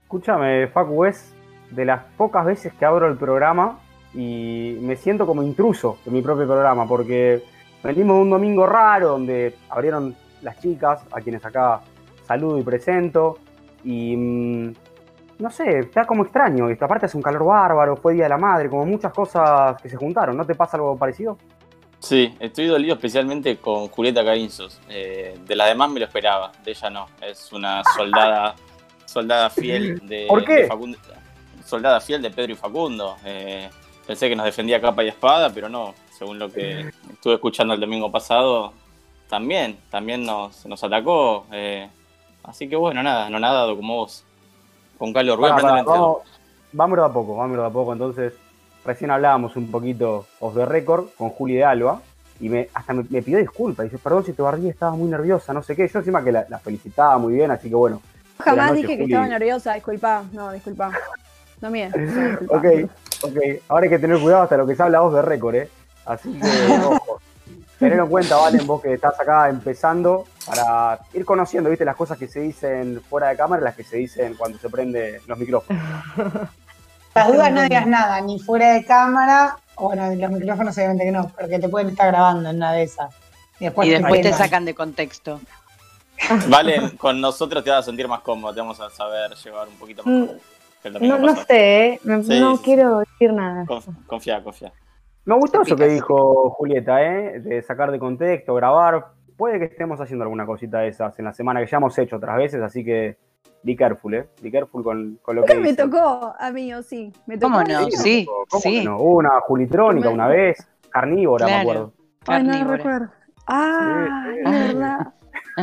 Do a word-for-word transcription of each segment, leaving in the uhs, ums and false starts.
Escúchame, Facu, es de las pocas veces que abro el programa y me siento como intruso en mi propio programa, porque venimos de un domingo raro donde abrieron las chicas, a quienes acá saludo y presento, y mmm, no sé, está como extraño esto. Aparte hace un calor bárbaro, fue Día de la Madre, como muchas cosas que se juntaron. ¿No te pasa algo parecido? Sí, estoy dolido especialmente con Julieta Carinzos. Eh, de la demás me lo esperaba, de ella no. Es una soldada soldada fiel de, ¿Por qué? de Facundo, soldada fiel de Pedro y Facundo. Eh, pensé que nos defendía capa y espada, pero no. Según lo que estuve escuchando el domingo pasado, también, también nos, nos atacó. Eh, así que bueno, nada, no nadado como vos. Con calor, voy a prender el veintidós. Vamos, vámonos de a poco, vámonos de a poco. Entonces, recién hablábamos un poquito off the record con Juli de Alba y me, hasta me, me pidió disculpas. Dice, perdón si te barrí, estaba muy nerviosa, no sé qué. Yo encima que la, la felicitaba muy bien, así que bueno. Jamás noche, dije que Juli. estaba nerviosa, disculpa. No, disculpa. No mía. No, ok, ok. Ahora hay que tener cuidado hasta lo que se habla off the record, ¿eh? Así que, ojo. Tened en cuenta, Valen, vos que estás acá empezando, para ir conociendo, viste, las cosas que se dicen fuera de cámara y las que se dicen cuando se prenden los micrófonos. Las dudas no digas nada, ni fuera de cámara, o bueno, los micrófonos obviamente que no, porque te pueden estar grabando en una de esas. Y después, y te, después te pelan. sacan de contexto. Vale, con nosotros te vas a sentir más cómodo, te vamos a saber llevar un poquito más cómodo que el domingo No, no pasado. sé, ¿eh? Me- Sí, no sí, quiero decir nada. Conf- Confía, confía. Me gustó eso que Picas. dijo Julieta, ¿eh? De sacar de contexto, grabar. Puede que estemos haciendo alguna cosita de esas en la semana, que ya hemos hecho otras veces, así que be careful, ¿eh? Be careful con, con lo que me dicen. tocó a mí, o sí. Me tocó. ¿Cómo no? Sí, Sí, ¿cómo sí. que no? Hubo una julitrónica Me- una vez, carnívora, me Claro. acuerdo. Ay, no Carnívora. recuerdo. Ah, Sí, es sí. verdad.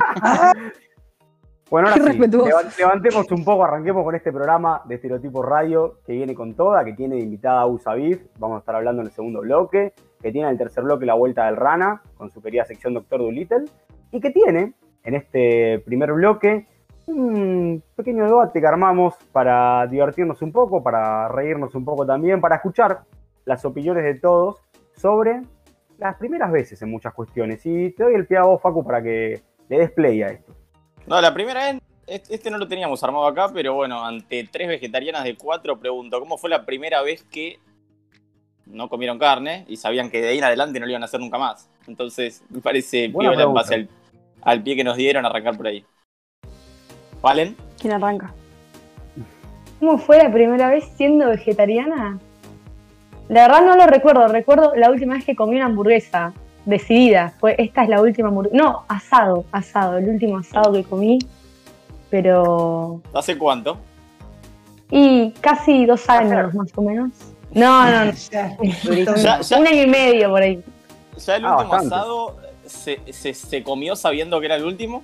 Bueno, Qué ahora sí, respetuoso. leva- levantemos un poco, arranquemos con este programa de Estereotipo Radio que viene con toda, que tiene de invitada a Usabif, vamos a estar hablando en el segundo bloque, que tiene en el tercer bloque la vuelta del Rana, con su querida sección Doctor Dolittle, y que tiene en este primer bloque un pequeño debate que armamos para divertirnos un poco, para reírnos un poco también, para escuchar las opiniones de todos sobre las primeras veces en muchas cuestiones. Y te doy el pie a vos, Facu, para que le des play a esto. No, la primera vez, este no lo teníamos armado acá, pero bueno, ante tres vegetarianas de cuatro, pregunto, ¿cómo fue la primera vez que no comieron carne y sabían que de ahí en adelante no lo iban a hacer nunca más? Entonces, me parece Buena piola en pregunta. base al, al pie que nos dieron a arrancar por ahí. ¿Valen? ¿Quién arranca? ¿Cómo fue la primera vez siendo vegetariana? La verdad no lo recuerdo, recuerdo la última vez que comí una hamburguesa, decidida, fue esta es la última hamburguesa, no, asado, asado, el último asado que comí, pero... ¿Hace cuánto? Y casi dos años más o menos. No, no, no, Ya. Ya, ya, un año y medio por ahí. ya el Ah, último bastante. asado se, se, se comió sabiendo que era el último.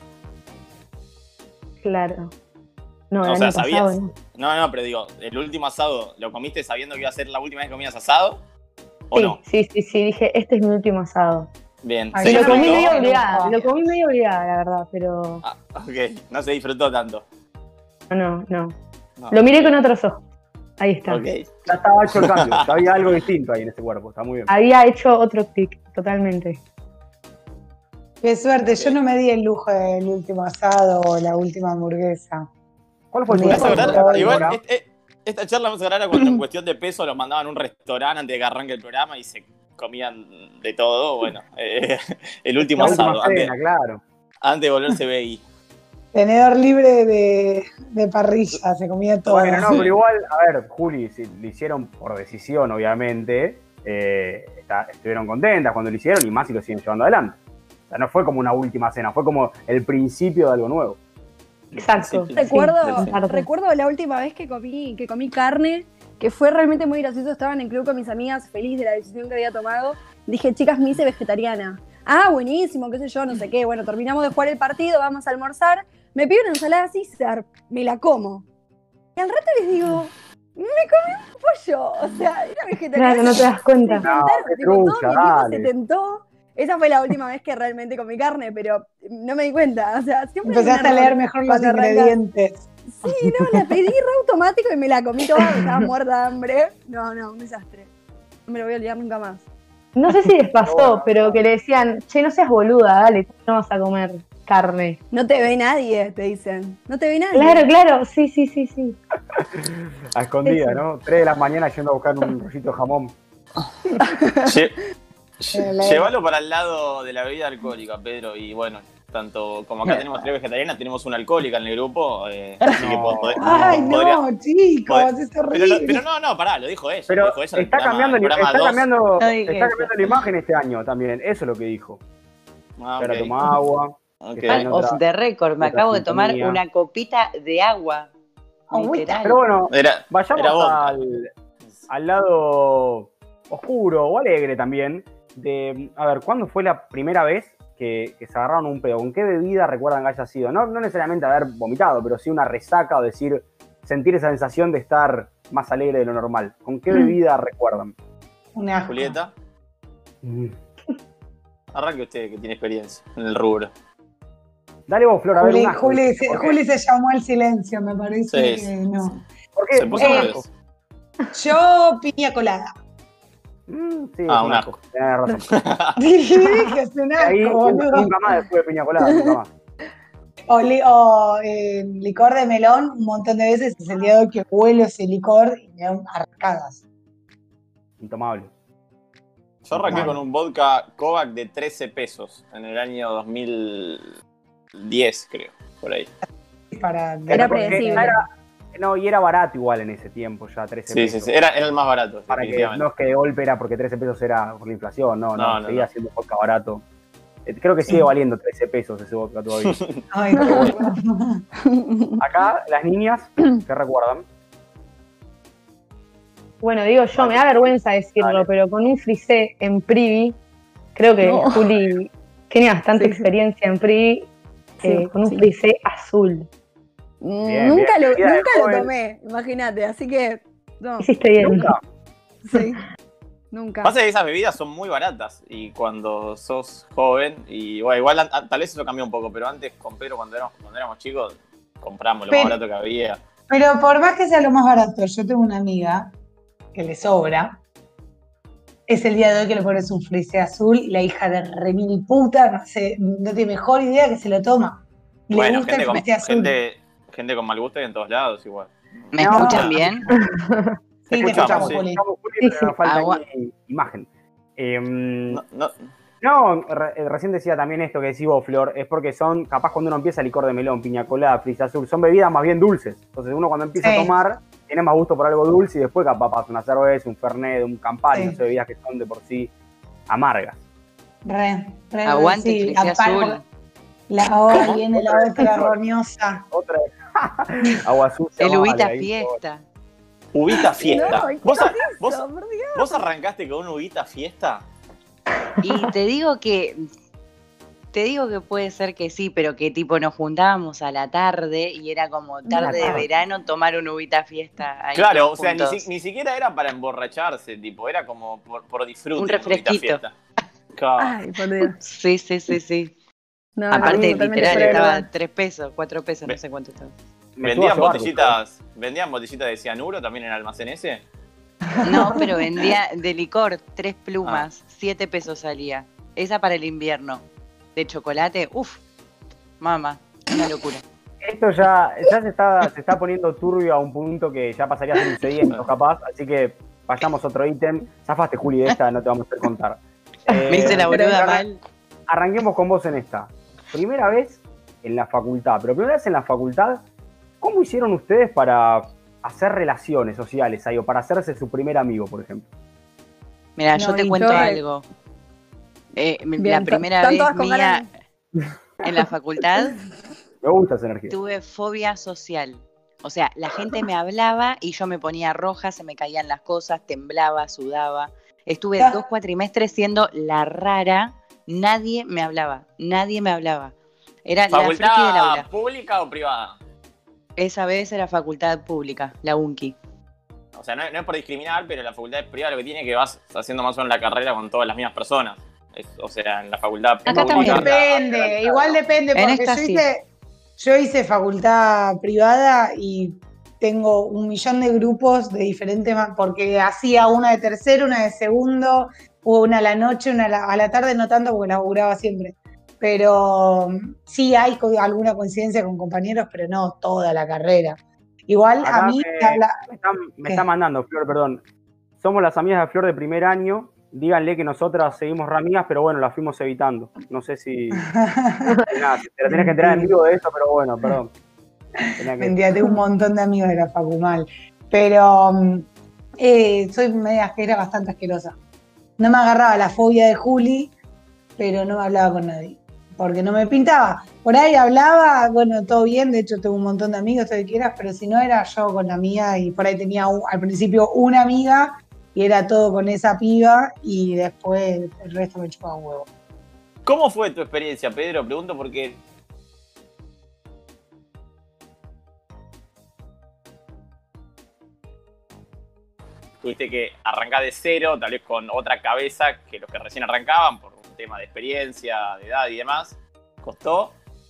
Claro. No, O el sea, año pasado, ¿sabías? ¿no? No, no, pero digo, ¿el último asado lo comiste sabiendo que iba a ser la última vez que comías asado? ¿O Sí, no? sí, sí, sí, dije, este es mi último asado. Bien. Ay, ¿Se Y lo yo comí disfrutó? medio no, obligada, no. lo comí medio obligada, la verdad, pero Ah, ok, no se disfrutó tanto. no, no. No. Lo miré con otros ojos. Ahí está. Ok. Ya estaba hecho el cambio, ya había algo distinto ahí en ese cuerpo, está muy bien. Había hecho otro clic, totalmente. Qué suerte, yo no me di el lujo del último asado o la última hamburguesa. ¿Cuál fue tu Me ¿Vas a Bueno, hablar? bueno, Igual, ahora? es- es- esta charla vamos a hablar cuando en cuestión de peso los mandaban a un restaurante antes de que arranque el programa y se comían de todo. Bueno, eh, el último La última asado, antes, cena, claro. antes de volverse B I. Tenedor libre de, de parrilla, se comía todo. Bueno, no, pero igual, a ver, Juli, si lo hicieron por decisión, obviamente, eh, está- estuvieron contentas cuando lo hicieron y más si lo siguen llevando adelante. O sea, no fue como una última cena, fue como el principio de algo nuevo. Exacto. Sí, Recuerdo, sí, comparto. recuerdo la última vez que comí, que comí carne, que fue realmente muy gracioso. Estaba en el club con mis amigas, feliz de la decisión que había tomado. Dije, chicas, me hice vegetariana. Ah, buenísimo, qué sé yo, no sé qué. Bueno, terminamos de jugar el partido, vamos a almorzar. Me pido una ensalada César, me la como. Y al rato les digo, me comí un pollo. O sea, era vegetariana. Claro, no te das cuenta. Se tentaron, qué tipo, todo trucha, mi equipo dale. se tentó. Esa fue la última vez que realmente comí carne, pero no me di cuenta. O sea, siempre hay un Empezaste a error leer mejor los cuando arrancas. ingredientes. Sí, no, la pedí re automático y me la comí toda, estaba muerta de hambre. No, no, un desastre. No me lo voy a olvidar nunca más. No sé si les pasó, pero que le decían, che, no seas boluda, dale, no vas a comer carne. No te ve nadie, te dicen. No te ve nadie. Claro, claro, sí, sí, sí, sí. A escondida, ¿no? tres de la mañana yendo a buscar un rollito de jamón. Lle- lle- Llévalo para el lado de la bebida alcohólica, Pedro. Y bueno, tanto como acá tenemos tres vegetarianas, tenemos una alcohólica en el grupo. Eh, así que pod- pod- Ay, podría- no, chicos, pod- es pero, horrible. lo- pero no, no, pará, lo dijo ella. lo Pero dijo ella en el está programa- cambiando, el el- programa está dos. cambiando, No dije está eso. cambiando la imagen este año también. Eso es lo que dijo. Ah, Que ahora ok. toma agua. Ok. que está en Off otra- the record, me otra acabo de tomar sintonía. una copita de agua. Agüita. Literal. Pero bueno, Era, vayamos era vodka. al, al lado oscuro o alegre también. De, a ver, ¿cuándo fue la primera vez que, que se agarraron un pedo? ¿Con qué bebida recuerdan que haya sido? No, no necesariamente haber vomitado, pero sí una resaca o decir, sentir esa sensación de estar más alegre de lo normal. ¿Con qué bebida recuerdan? Un asco. Julieta, Mm. arranque usted que tiene experiencia en el rubro. Dale vos, Flor, a ver Juli, un asco. Juli se, ¿Por qué? Juli se llamó al silencio, me parece Sí, que no. ¿Por qué? Se puso ¿Por qué un nervioso. asco? Yo, piña colada. Mm, sí, Ah, es un asco. Tenés razón. Dije, es un Ahí asco, nunca, boludo. nunca más después de piña colada, nunca más. O, li- o, eh, licor de melón, un montón de veces. Es el día de hoy que huelo ese licor y me dan arcadas. Intomable. Yo arranqué Bueno. con un vodka Kovac de trece pesos en el año dos mil diez, creo, por ahí. Para Era porque predecible. era- no, y era barato igual en ese tiempo, ya trece Sí, sí, pesos. sí. Era, era el más barato, Para que definitivamente. no es que de golpe era porque trece pesos era por la inflación, no, no, No, no, seguía no. siendo vodka barato. Eh, Creo que sigue valiendo trece pesos ese vodka todavía. Ay, qué bueno. Acá, las niñas, ¿qué recuerdan? Bueno, digo yo, me da vergüenza decirlo, Dale. pero con un frisé en Privi, creo que No. Juli tiene bastante Sí. experiencia en Privi, Sí, eh, con un sí. frisé azul. Mm, Bien, nunca bien. lo, Vida de nunca lo joven. tomé, imagínate, así que no, Hiciste bien. Nunca. sí, nunca. Pasa que esas bebidas son muy baratas y cuando sos joven, y bueno, igual a- a- tal vez eso cambió un poco, pero antes con Pedro cuando éramos, cuando éramos chicos compramos lo Pero- más barato que había. Pero por más que sea lo más barato, yo tengo una amiga que le sobra. Es el día de hoy que le pones un frisé azul y la hija de remil puta, no sé, no tiene mejor idea que se lo toma. Le Bueno, gusta gente el con, frisé azul. gente, gente con mal gusto hay en todos lados igual. ¿Me No. escuchan bien? Sí, te escuchamos, escuchamos, sí. Juli. Estamos, Juli, Sí, pero sí. nos falta Agua. ahí imagen. Em, No, no, No, re- eh, recién decía también esto que decís vos, Flor, es porque son, capaz cuando uno empieza licor de melón, piña colada, frisa azul, son bebidas más bien dulces. Entonces uno cuando empieza Sí. a tomar, tiene más gusto por algo dulce y después capaz pasa una cerveza, un fernet, un campari, Sí. no sé, bebidas que son de por sí amargas. Re, re, Aguante sí, el frisé aparte, azul. La ahora ¿Cómo? viene la Otra vez, otra Flor. roñosa. Otra agua sucia. El vale, uvita ahí, fiesta. Uvita fiesta. No, ¿qué ¿Vos, es a- vos, eso? Por Dios. vos arrancaste con un uvita fiesta? Y te digo que, te digo que puede ser que sí, pero que tipo nos juntábamos a la tarde y era como tarde de tarde. verano tomar un uvita fiesta. Ahí Claro, todos o sea, ni, juntos. si- ni siquiera era para emborracharse, tipo, era como por, por disfrute. Un uvita refresquito. fiesta. Claro. Ay, por Dios. Sí, sí, sí, sí. No, Aparte, no, totalmente literal, fuera de estaba lugar. tres pesos, cuatro pesos, no Ve- sé cuánto estaba. Me ¿Vendían subo a llevar, botellitas, ¿Vendían botellitas de cianuro también en el almacén ese? No, pero vendía de licor, tres plumas, siete pesos salía. Esa para el invierno. De chocolate, uff, mamá, una locura. Esto ya, ya se, está, se está poniendo turbio a un punto que ya pasaría a ser un sediento capaz, así que vayamos a otro ítem. Zafaste, Juli, de esta, no te vamos a hacer contar. Eh, Me hice la boluda arran- mal. Arranquemos con vos en esta. Primera vez en la facultad, pero primera vez en la facultad, ¿cómo hicieron ustedes para hacer relaciones sociales ahí, o para hacerse su primer amigo, por ejemplo? Mira, No, yo te y cuento yo- algo. Eh, la Bien, primera están vez todas con mía en la facultad Me gusta esa energía. tuve fobia social. O sea, la gente me hablaba y yo me ponía roja, se me caían las cosas, temblaba, sudaba. Estuve Ah. dos cuatrimestres siendo la rara. Nadie me hablaba, nadie me hablaba. Era la friki del ¿Facultad aula. pública o privada? Esa vez era facultad pública, la UNCI. O sea, no, no es por discriminar, pero la facultad es privada lo que tiene es que vas haciendo más o menos la carrera con todas las mismas personas. Es- o sea, en la facultad Acá pública... también. Depende, igual depende, En porque esta yo sí. hice, yo hice facultad privada y tengo un millón de grupos de diferentes, ma- porque hacía una de tercero, una de segundo, hubo una a la noche, una a la, a la tarde, no tanto porque la laburaba siempre. Pero sí hay co- alguna coincidencia con compañeros, pero no toda la carrera. Igual Acá a mí, me, la- la- me están- me ¿Qué? está mandando, Flor, perdón. Somos las amigas de Flor de primer año. Díganle que nosotras seguimos re amigas, pero bueno, las fuimos evitando. No sé si. Nada, si te la tenés que enterar en vivo de esto, pero bueno, perdón. Tenía que. mentira, tengo un montón de amigos de la facu, mal. Pero mm, eh, soy media asquerosa, bastante asquerosa. No me agarraba la fobia de Juli, pero no me hablaba con nadie. Porque no me pintaba. Por ahí hablaba, bueno, todo bien, de hecho tengo un montón de amigos, todo lo que quieras, pero si no era yo con la mía y por ahí tenía un- al principio una amiga y era todo con esa piba y después el resto me chupaba un huevo. ¿Cómo fue tu experiencia, Pedro? Pregunto porque tuviste que arrancar de cero, tal vez con otra cabeza que los que recién arrancaban, por un tema de experiencia, de edad y demás. ¿Costó?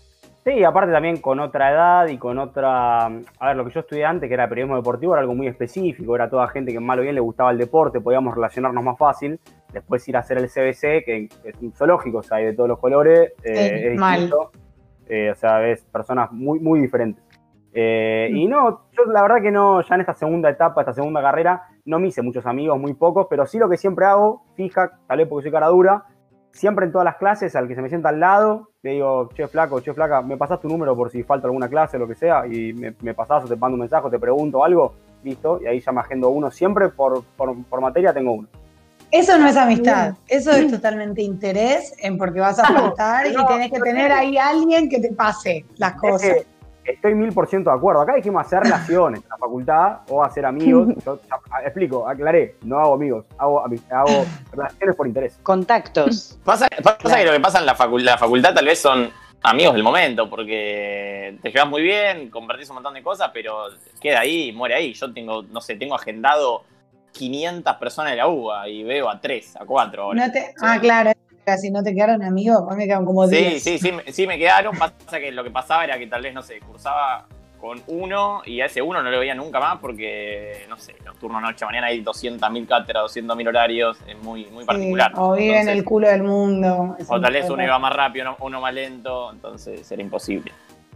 Sí, aparte también con otra edad y con otra. A ver, lo que yo estudié antes, que era periodismo deportivo, era algo muy específico. Era toda gente que mal o bien le gustaba el deporte, podíamos relacionarnos más fácil. Después ir a hacer el C B C, que es un zoológico, o sea, hay de todos los colores. Eh, Sí, es mal. distinto. Eh, o sea, ves personas muy, muy diferentes. Eh, y no, yo la verdad que no, ya en esta segunda etapa, esta segunda carrera, no me hice muchos amigos, muy pocos, pero sí lo que siempre hago, fija, tal vez porque soy cara dura, siempre en todas las clases, al que se me sienta al lado, le digo, che flaco, che flaca, me pasás tu número por si falta alguna clase o lo que sea, y me, me pasás o te mando un mensaje o te pregunto algo, listo, y ahí ya me agendo uno, siempre por, por, por materia tengo uno. Eso no es amistad, eso es totalmente interés en porque vas a faltar y no, tenés que no tener sé. ahí alguien que te pase las Es cosas. que estoy mil por ciento de acuerdo. Acá dijimos hacer relaciones en la facultad o hacer amigos. Yo ya, explico, aclaré, no hago amigos, hago, ami- hago relaciones por interés. Contactos. Pasa, pasa Claro. que lo que pasa en la, facu- la facultad tal vez son amigos del momento, porque te llevas muy bien, compartís un montón de cosas, pero queda ahí, muere ahí. Yo tengo, no sé, tengo agendado quinientas personas de la U A y veo a tres, a cuatro ahora. No te, O sea, ah, claro, si no te quedaron amigos, a mí me quedaron como Sí, diez. sí, sí, me- sí me quedaron. Pasa que lo que pasaba era que tal vez, no sé, cursaba con uno y a ese uno no lo veía nunca más porque, no sé, nocturno, noche, mañana hay doscientas mil cátedras, doscientos mil horarios, es muy, muy Sí, particular. o vive en Entonces, el culo del mundo. es o un tal vez poco uno iba más rápido, uno, uno más lento, entonces era imposible.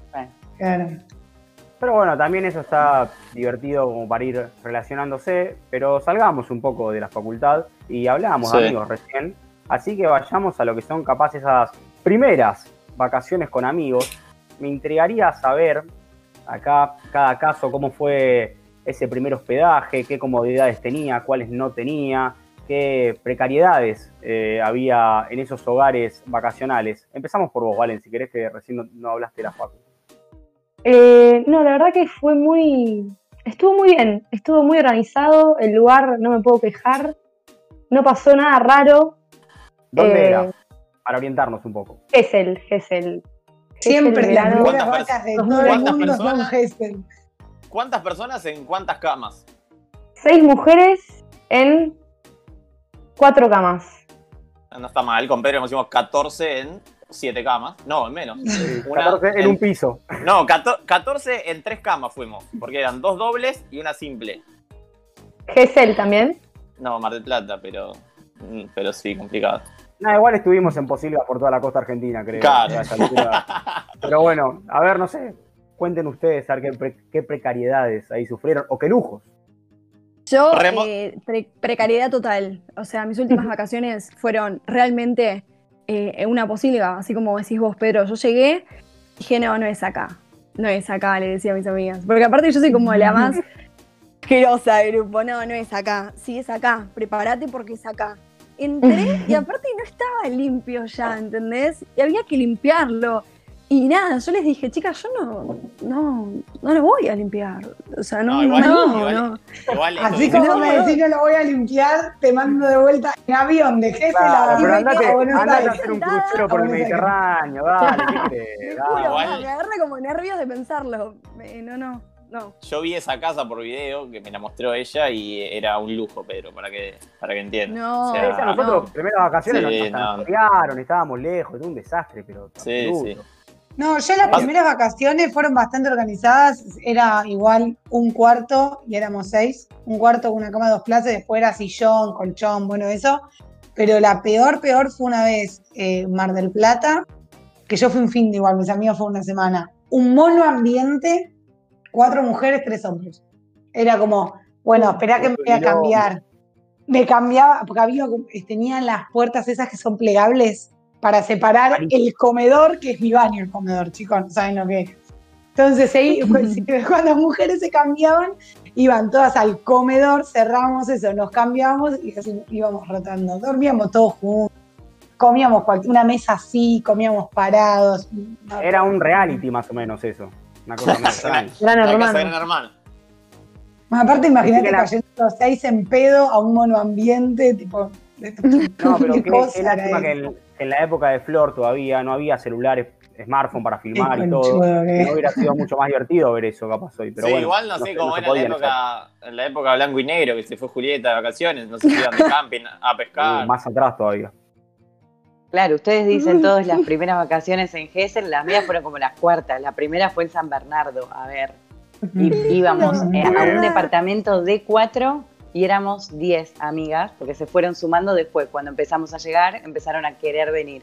claro. Pero bueno, también eso está divertido como para ir relacionándose, pero salgamos un poco de la facultad y hablábamos Sí. de amigos recién, así que vayamos a lo que son capaz esas primeras vacaciones con amigos. Me intrigaría saber acá cada caso cómo fue ese primer hospedaje, qué comodidades tenía, cuáles no tenía, qué precariedades eh, había en esos hogares vacacionales. Empezamos por vos, Valen, si querés, que recién no, no hablaste de la facu. Eh, no, la verdad que fue muy... Estuvo muy bien, estuvo muy organizado, el lugar no me puedo quejar, no pasó nada raro. ¿Dónde Eh, era? Para orientarnos un poco. Gesell, Gesell. Siempre Gesell, las verano. primeras ¿Cuántas vacas de personas- todo el cuántas mundo son personas? Gesell. ¿Cuántas personas en cuántas camas? Seis mujeres en cuatro camas. No está mal, con Pedro hicimos catorce en siete camas. No, en menos. Una catorce en en- un piso. No, cato- catorce en tres camas fuimos, porque eran dos dobles y una simple. Gesell también. No, Mar del Plata, pero, mm, pero sí, complicado. No, igual estuvimos en Posilga por toda la costa argentina, creo. Claro. A esa altura. Pero bueno, a ver, no sé, cuenten ustedes a ver qué, pre- qué precariedades ahí sufrieron, o qué lujos. Yo, Remo- eh, pre- precariedad total. O sea, mis últimas vacaciones fueron realmente eh, en una posilga, así como decís vos, Pedro. Yo llegué y dije, no, no es acá. No es acá, le decía a mis amigas. Porque aparte yo soy como la más asquerosa del grupo. No, no es acá. Sí, es acá. Prepárate porque es acá. Entré y aparte no estaba limpio ya, ¿entendés? Y había que limpiarlo. Y nada, yo les dije, chicas, yo no, no, no lo voy a limpiar. O sea, no, No, no, igual- me animo, igual- no. Igual esto Así dice- como No, me no. decís no lo voy a limpiar, te mando de vuelta en avión de Gesell Claro, a, pero me andate, a Buenos andate a Aires. hacer un Sentada. crucero por el A Buenos Aires. Mediterráneo, dale, ¿qué Te crees? juro, Dale. igual- ma, me agarra como nervios de pensarlo. Me- no, no, no. Yo vi esa casa por video que me la mostró ella y era un lujo, Pedro, para que, para que entiendas. No. O Sí, sea, a nosotros, no. primeras vacaciones, Sí, nos no. transportaron, estábamos lejos, era un desastre, pero Sí, absoluto. sí. No, yo las Pas- primeras vacaciones fueron bastante organizadas. Era igual un cuarto y éramos seis. Un cuarto con una cama de dos plazas, después era sillón, colchón, bueno, eso. Pero la peor, peor fue una vez eh, Mar del Plata, que yo fui un fin de igual, mis amigos fue una semana. Un mono ambiente cuatro mujeres, tres hombres. Era como, bueno, esperá que me voy a cambiar. Me cambiaba, porque había, tenían las puertas esas que son plegables para separar el comedor, que es mi baño el comedor, chicos, no saben lo que es. Entonces ahí, pues, cuando las mujeres se cambiaban, iban todas al comedor, cerramos eso, nos cambiábamos y así íbamos rotando. Dormíamos todos juntos, comíamos una mesa así, comíamos parados. Era un reality más o menos eso. Una cosa más extraña. Gran La hermano. casa de Gran Hermano. Aparte, imagínate la... cayendo los seis en pedo a un monoambiente, tipo. No, pero qué, cosa qué lástima que era en, en la época de Flor todavía no había celulares, smartphone para filmar Qué y todo. conchudo que No hubiera sido mucho más divertido ver eso, capaz hoy. Pero sí, bueno, igual no sé se- cómo se era en la podía época, en la época blanco y negro, que se fue Julieta de vacaciones, no sé si iban de camping a hacer. pescar. Uh, más atrás todavía. Claro, ustedes dicen todas las primeras vacaciones en Gesell, las mías fueron como las cuartas. La primera fue en San Bernardo, a ver. Y íbamos eh, a un departamento de cuatro y éramos diez amigas, porque se fueron sumando después. Cuando empezamos a llegar, empezaron a querer venir.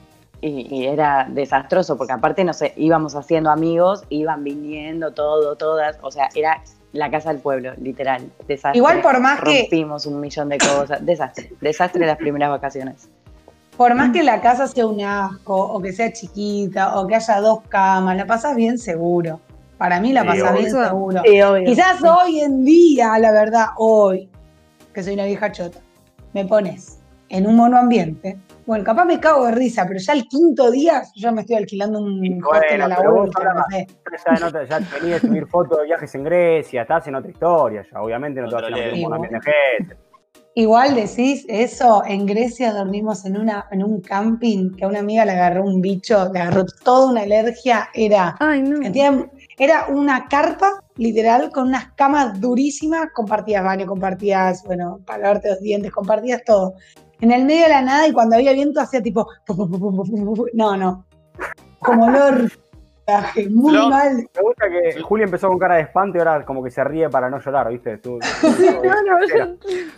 Y, y era desastroso, porque aparte, no sé, íbamos haciendo amigos, iban viniendo todo, todas. O sea, era la casa del pueblo, literal. Desastre. Igual por más que- Rompimos un millón de cosas. Desastre. Desastre las primeras vacaciones. Por más que la casa sea un asco, o que sea chiquita, o que haya dos camas, la pasás bien seguro. Para mí la Sí, pasás obvio. bien seguro. Sí, obvio. Quizás Sí. hoy en día, la verdad, hoy, que soy una vieja chota, me pones en un monoambiente. Bueno, capaz me cago de risa, pero ya el quinto día yo ya me estoy alquilando un Bueno, hostel a la pero vos vuelta, ahora- no sé. Ya, en otra- ya venís de subir fotos de viajes en Grecia, estás en otra historia ya. Obviamente no te vas a Otro meter un level. monoambiente en Gesell. Igual decís eso, en Grecia dormimos en, una, en un camping que a una amiga le agarró un bicho, le agarró toda una alergia, era, Ay, no. cantidad- era una carpa, literal, con unas camas durísimas, compartías baño, compartías, bueno, para lavarte los dientes, compartías todo. En el medio de la nada y cuando había viento hacía tipo, pu, pu, pu, pu, pu, pu, pu. no, no, como olor, muy Flor. mal. Me gusta que Juli empezó con cara de espanto y ahora como que se ríe para no llorar, ¿viste? Tú- No, no, yo-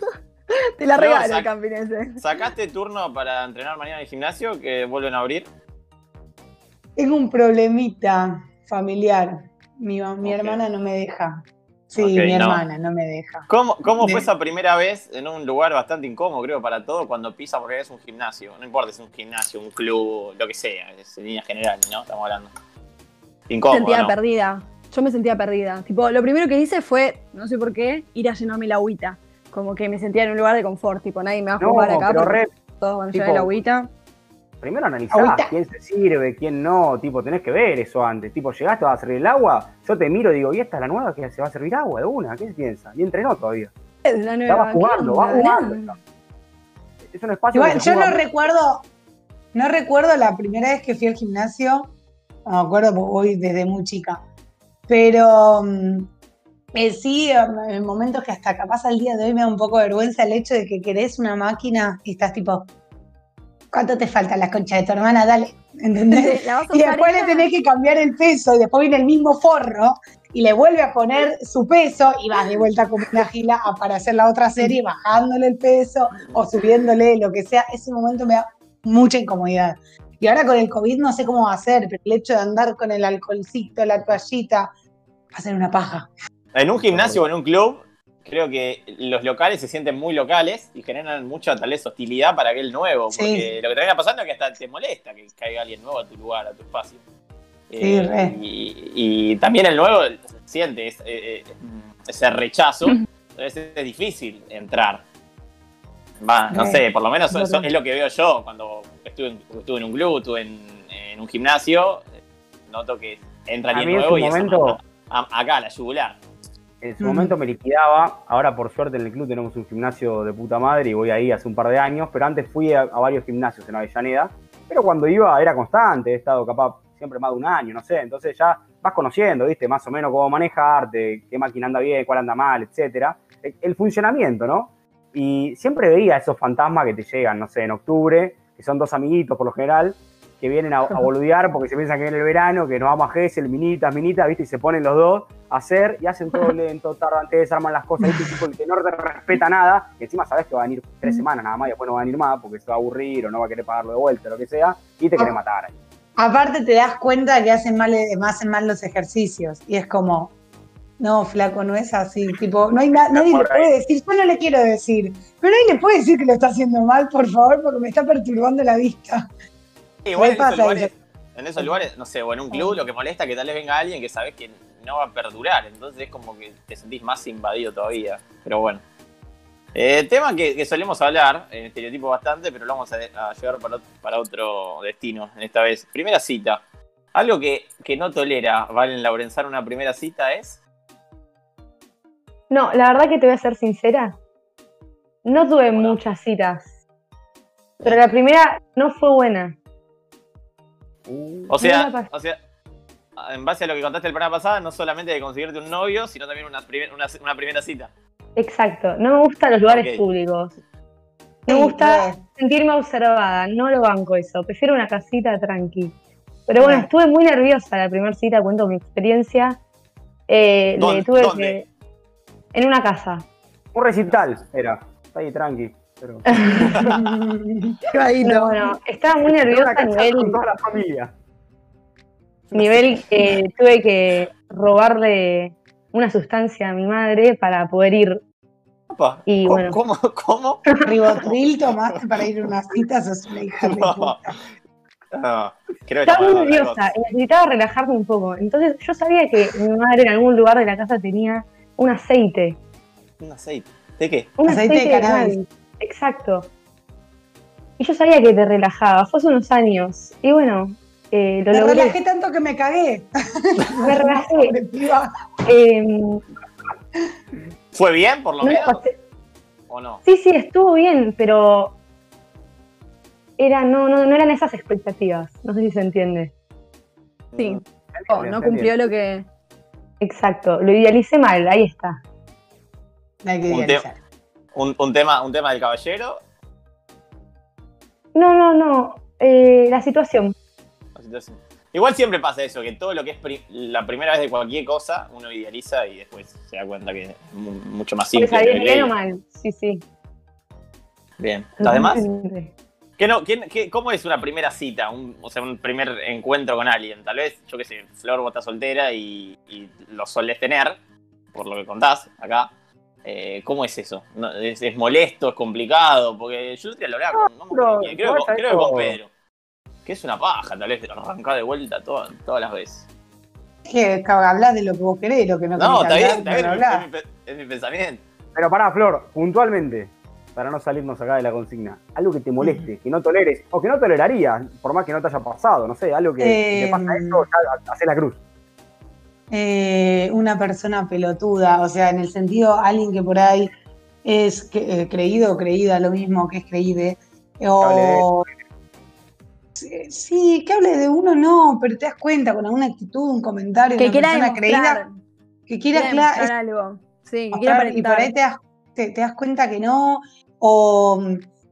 Te la Pero regalo sac- el camping ese. ¿Sacaste turno para entrenar mañana en el gimnasio que vuelven a abrir? Tengo un problemita familiar, mi, ma- mi Ok. hermana no me deja. Sí, Ok, mi no. hermana no me deja. ¿Cómo, cómo fue De- esa primera vez en un lugar bastante incómodo, creo, para todo, cuando pisa porque es un gimnasio? No importa si es un gimnasio, un club, lo que sea, es en línea general, ¿no? Estamos hablando. Me Incómodo, sentía ¿no? perdida. Yo me sentía perdida. Tipo, lo primero que hice fue, no sé por qué, ir a llenarme la agüita. Como que me sentía en un lugar de confort. Tipo, nadie me va a No, jugar acá. pero porque re, todos van a tipo, llenar la agüita. primero analizás Agüita. quién se sirve, quién no, tipo, tenés que ver eso antes. Tipo, llegaste, vas a servir el agua, yo te miro y digo, ¿y esta es la nueva que se va a servir agua de una? ¿Qué se piensa? Y entrenó todavía. Es la nueva. Estaba jugando, ¿qué va onda? jugando. Nada. Es un espacio Igual donde se yo no juega- recuerdo, no recuerdo la primera vez que fui al gimnasio, no me acuerdo porque voy desde muy chica, pero mm, eh, sí, en momentos que hasta capaz al día de hoy me da un poco de vergüenza el hecho de que querés una máquina y estás tipo, ¿cuánto te falta la concha de tu hermana? Dale, ¿entendés? ¿La vas a Y usar después le esa? tenés que cambiar el peso y después viene el mismo forro y le vuelve a poner su peso y vas de vuelta como una gila a- para hacer la otra serie bajándole el peso o subiéndole lo que sea. Ese momento me da mucha incomodidad. Y ahora con el COVID no sé cómo va a ser, pero el hecho de andar con el alcoholcito, la toallita, va a ser una paja. En un gimnasio o en un club, creo que los locales se sienten muy locales y generan mucha tal vez hostilidad para aquel nuevo. Porque Sí. lo que termina pasando es que hasta te molesta que caiga alguien nuevo a tu lugar, a tu espacio. Sí, re. y, y también el nuevo siente ese, eh, ese rechazo. Entonces es difícil entrar. Va, no Re. sé, por lo menos Re. eso es lo que veo yo cuando estuve en, estuve en un club, estuve en, en un gimnasio. Noto que entra A alguien mí en nuevo su y eso momento- mata. A- acá, a la yugular. En su Mm. momento me liquidaba, ahora por suerte en el club tenemos un gimnasio de puta madre y voy ahí hace un par de años, pero antes fui a, a varios gimnasios en Avellaneda, pero cuando iba era constante, he estado capaz siempre más de un año, no sé, entonces ya vas conociendo, viste, más o menos cómo manejarte, qué máquina anda bien, cuál anda mal, etcétera, el, el funcionamiento, ¿no? Y siempre veía esos fantasmas que te llegan, no sé, en octubre, que son dos amiguitos por lo general, que vienen a, a boludear porque se piensan que viene el verano, que nos vamos a Gesell, minitas, minitas, ¿viste? Y se ponen los dos a hacer y hacen todo lento, tardan, te desarman las cosas, ¿viste? Tipo, el que no te respeta nada, y encima sabes que va a venir tres semanas nada más y después no va a venir más porque se va a aburrir o no va a querer pagarlo de vuelta, lo que sea, y te quiere matar ahí. Aparte te das cuenta que hacen mal, hacen mal los ejercicios y es como, No, flaco, no es así. Tipo, no hay na- nadie le puede decir, yo no le quiero decir, pero nadie le puede decir que lo está haciendo mal, por favor, porque me está perturbando la vista. Igual en pasa esos, lugares, eso. en esos lugares, no sé, o en un club lo que molesta es que tal vez venga alguien que sabes que no va a perdurar, entonces es como que te sentís más invadido todavía, pero bueno. Eh, tema que, que solemos hablar, en estereotipo bastante, pero lo vamos a, a llevar para, para otro destino en esta vez. Primera cita. Algo que, que no tolera Valen Laurenzano una primera cita es... No, la verdad que te voy a ser sincera. No tuve Hola. muchas citas. Pero la primera no fue buena. Uh, O No sea, la pasé. o sea, en base a lo que contaste el programa pasado, no solamente de conseguirte un novio, sino también una, primer- una, una primera cita. Exacto. No me gustan los lugares Ok. públicos. Me Sí, gusta re. sentirme observada. No lo banco eso. Prefiero una casita tranqui. Pero bueno, Re. estuve muy nerviosa la primera cita. Cuento mi experiencia. Eh, ¿Dónde? le tuve ¿Dónde? que... En una casa. un recital era. Está ahí tranqui. Pero... Pero bueno, estaba muy Era nerviosa una a casa nivel... con toda la familia. nivel que tuve que robarle una sustancia a mi madre para poder ir. Opa, Y ¿Cómo, bueno. ¿Cómo? ¿Cómo? Ribotril tomaste para ir a una cita, sos una hija de No. puta. No, creo que Estaba estamos muy hablando de otra nerviosa cosa. y necesitaba relajarme un poco. Entonces yo sabía que mi madre en algún lugar de la casa tenía un aceite. Un aceite. ¿De qué? Un Aceite aceite, de de cannabis. cannabis. Exacto. Y yo sabía que te relajaba. Fue hace unos años. Y bueno, eh, lo Me logré. relajé tanto que me cagué. Me relajé. Pobre piba. Eh, ¿Fue bien, por lo no la menos? pasé- ¿O no? Sí, sí, estuvo bien, pero era, no, no, no eran esas expectativas. No sé si se entiende. Sí. Oh, no cumplió lo que. Exacto, lo idealicé mal, ahí está. Hay que Un, te- idealizar. un, un tema, un tema del caballero. No, no, no, eh, la situación. La situación. Igual siempre pasa eso, que todo lo que es pri- la primera vez de cualquier cosa, uno idealiza y después se da cuenta que es mu- mucho más Puede simple. salir de lo que bien o leí. mal, sí, sí. Bien. Además, Totalmente. ¿qué no, qué- qué- ¿cómo es una primera cita? Un, o sea, un primer encuentro con alguien. Tal vez, yo qué sé, Flor, vos estás soltera y, y lo solés tener, por lo que contás acá. Eh, ¿Cómo es eso? No, es, es molesto? ¿Es complicado? Porque yo te lo hablaba con, no me acuerdo No, quién, creo, no que es con- creo que con eso. Pedro. Que es una paja, tal vez arrancar de vuelta todas, todas las veces. Es que hablás de lo que vos querés, lo que no No, está querés bien, hablar, está bien, no es mi- hablás. es mi, pe- es mi pensamiento. Pero pará, Flor, puntualmente, para no salirnos acá de la consigna, algo que te moleste, que no toleres, o que no tolerarías, por más que no te haya pasado, no sé, algo que si Eh, te pasa eso, ya hacé la cruz. Eh, una persona pelotuda, o sea, en el sentido, alguien que por ahí es que- eh, creído o creída, lo mismo que es creíde, o... Sí, sí, que hable de uno no, pero te das cuenta con alguna actitud, un comentario, Que una quiera persona demostrar. creída, que quiera, Quiera cla- demostrar algo. Sí, que quiera mostrar, y por aparentar. ahí te das, te, te das cuenta que no, o,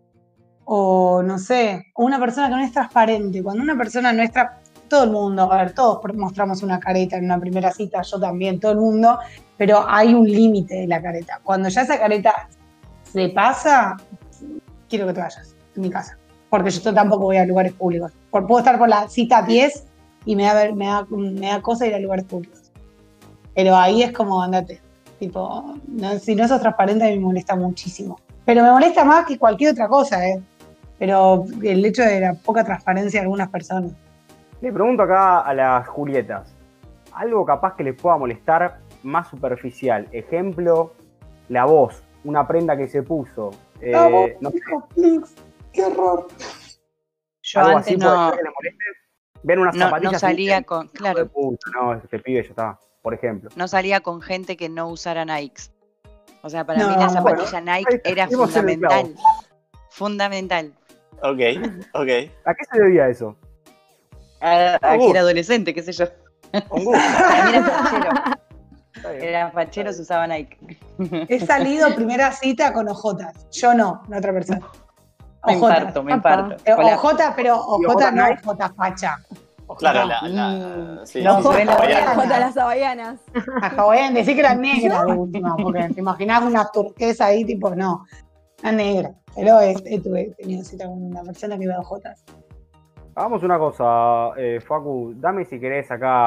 o no sé, o una persona que no es transparente. Cuando una persona no es tra- todo el mundo, a ver, todos mostramos una careta en una primera cita, yo también, todo el mundo, pero hay un límite de la careta. Cuando ya esa careta se pasa, quiero que te vayas de mi casa, porque yo tampoco voy a lugares públicos. Por- puedo estar por la cita diez y me da, ver- me da, me da cosa ir a lugares públicos. Pero ahí es como, andate. Tipo, no, si no sos transparente, a mí me molesta muchísimo. Pero me molesta más que cualquier otra cosa, ¿eh? Pero el hecho de la poca transparencia de algunas personas. Le pregunto acá a las Julietas, algo capaz que les pueda molestar más superficial. Ejemplo, la voz, una prenda que se puso. eh, No, vos, no sé, hijo, please, qué horror. Yo algo antes así puede no, ser que les moleste. Ven unas no, zapatillas. no y salía dicen, con, "Hijo de claro, puta, no, este pibe ya está", por ejemplo. no salía con gente que no usara Nikes. O sea, para No, mí la bueno, zapatilla Nike ahí era dimos en el clavo. fundamental. Fundamental. Ok, ok. ¿A qué se debía eso? A, a Uh. que era adolescente, qué sé yo. Un gusto. Para mí era fachero. Está bien. Era fachero, se usaba Nike. He salido primera cita con ojotas. Yo no, la otra persona. Me Ojotas. infarto, me Apa. infarto. Eh, Hola. Ojotas, pero ojotas ojotas no, Nike? ojotas facha. Claro, Ojotas- la, la, Mm, sí, no, sí, sí, ven la hawaiana. hawaiana. Jota, las hawaianas. A hawaiana, decir que era negra de última, porque te imaginás una turquesa ahí, tipo, no, una negra. Pero es, es- tuve tenido cita con una persona que iba de ojotas. Hagamos una cosa, eh, Facu, dame si querés acá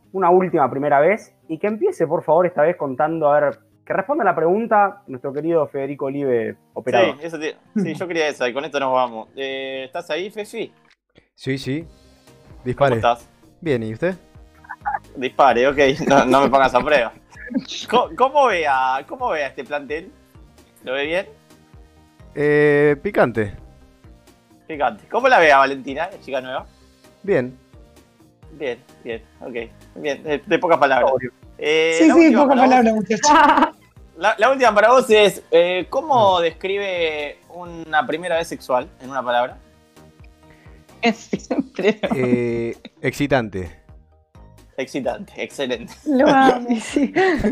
una última primera vez y que empiece, por favor, esta vez contando, a ver, que responda la pregunta nuestro querido Federico Olive, operador. Sí, eso te- sí, yo quería esa y con esto nos vamos. Eh, ¿Estás ahí, Fefi? Sí, sí. ¿Cómo Dispare. estás? Bien, ¿y usted? Dispare, ok, no, no me pongas a prueba. ¿Cómo, cómo ve a, ¿Cómo ve a este plantel? ¿Lo ve bien? Eh, picante. Picante. ¿Cómo la ve a Valentina, la chica nueva? Bien. Bien, bien, ok. Bien, de, de pocas palabras. Eh, Sí, la sí, última poca para vos- palabra, muchachos. La, la última para vos es, eh, ¿cómo describe una primera vez sexual en una palabra? Siempre. Eh, excitante. Excitante, excelente. Lo amo. Sí.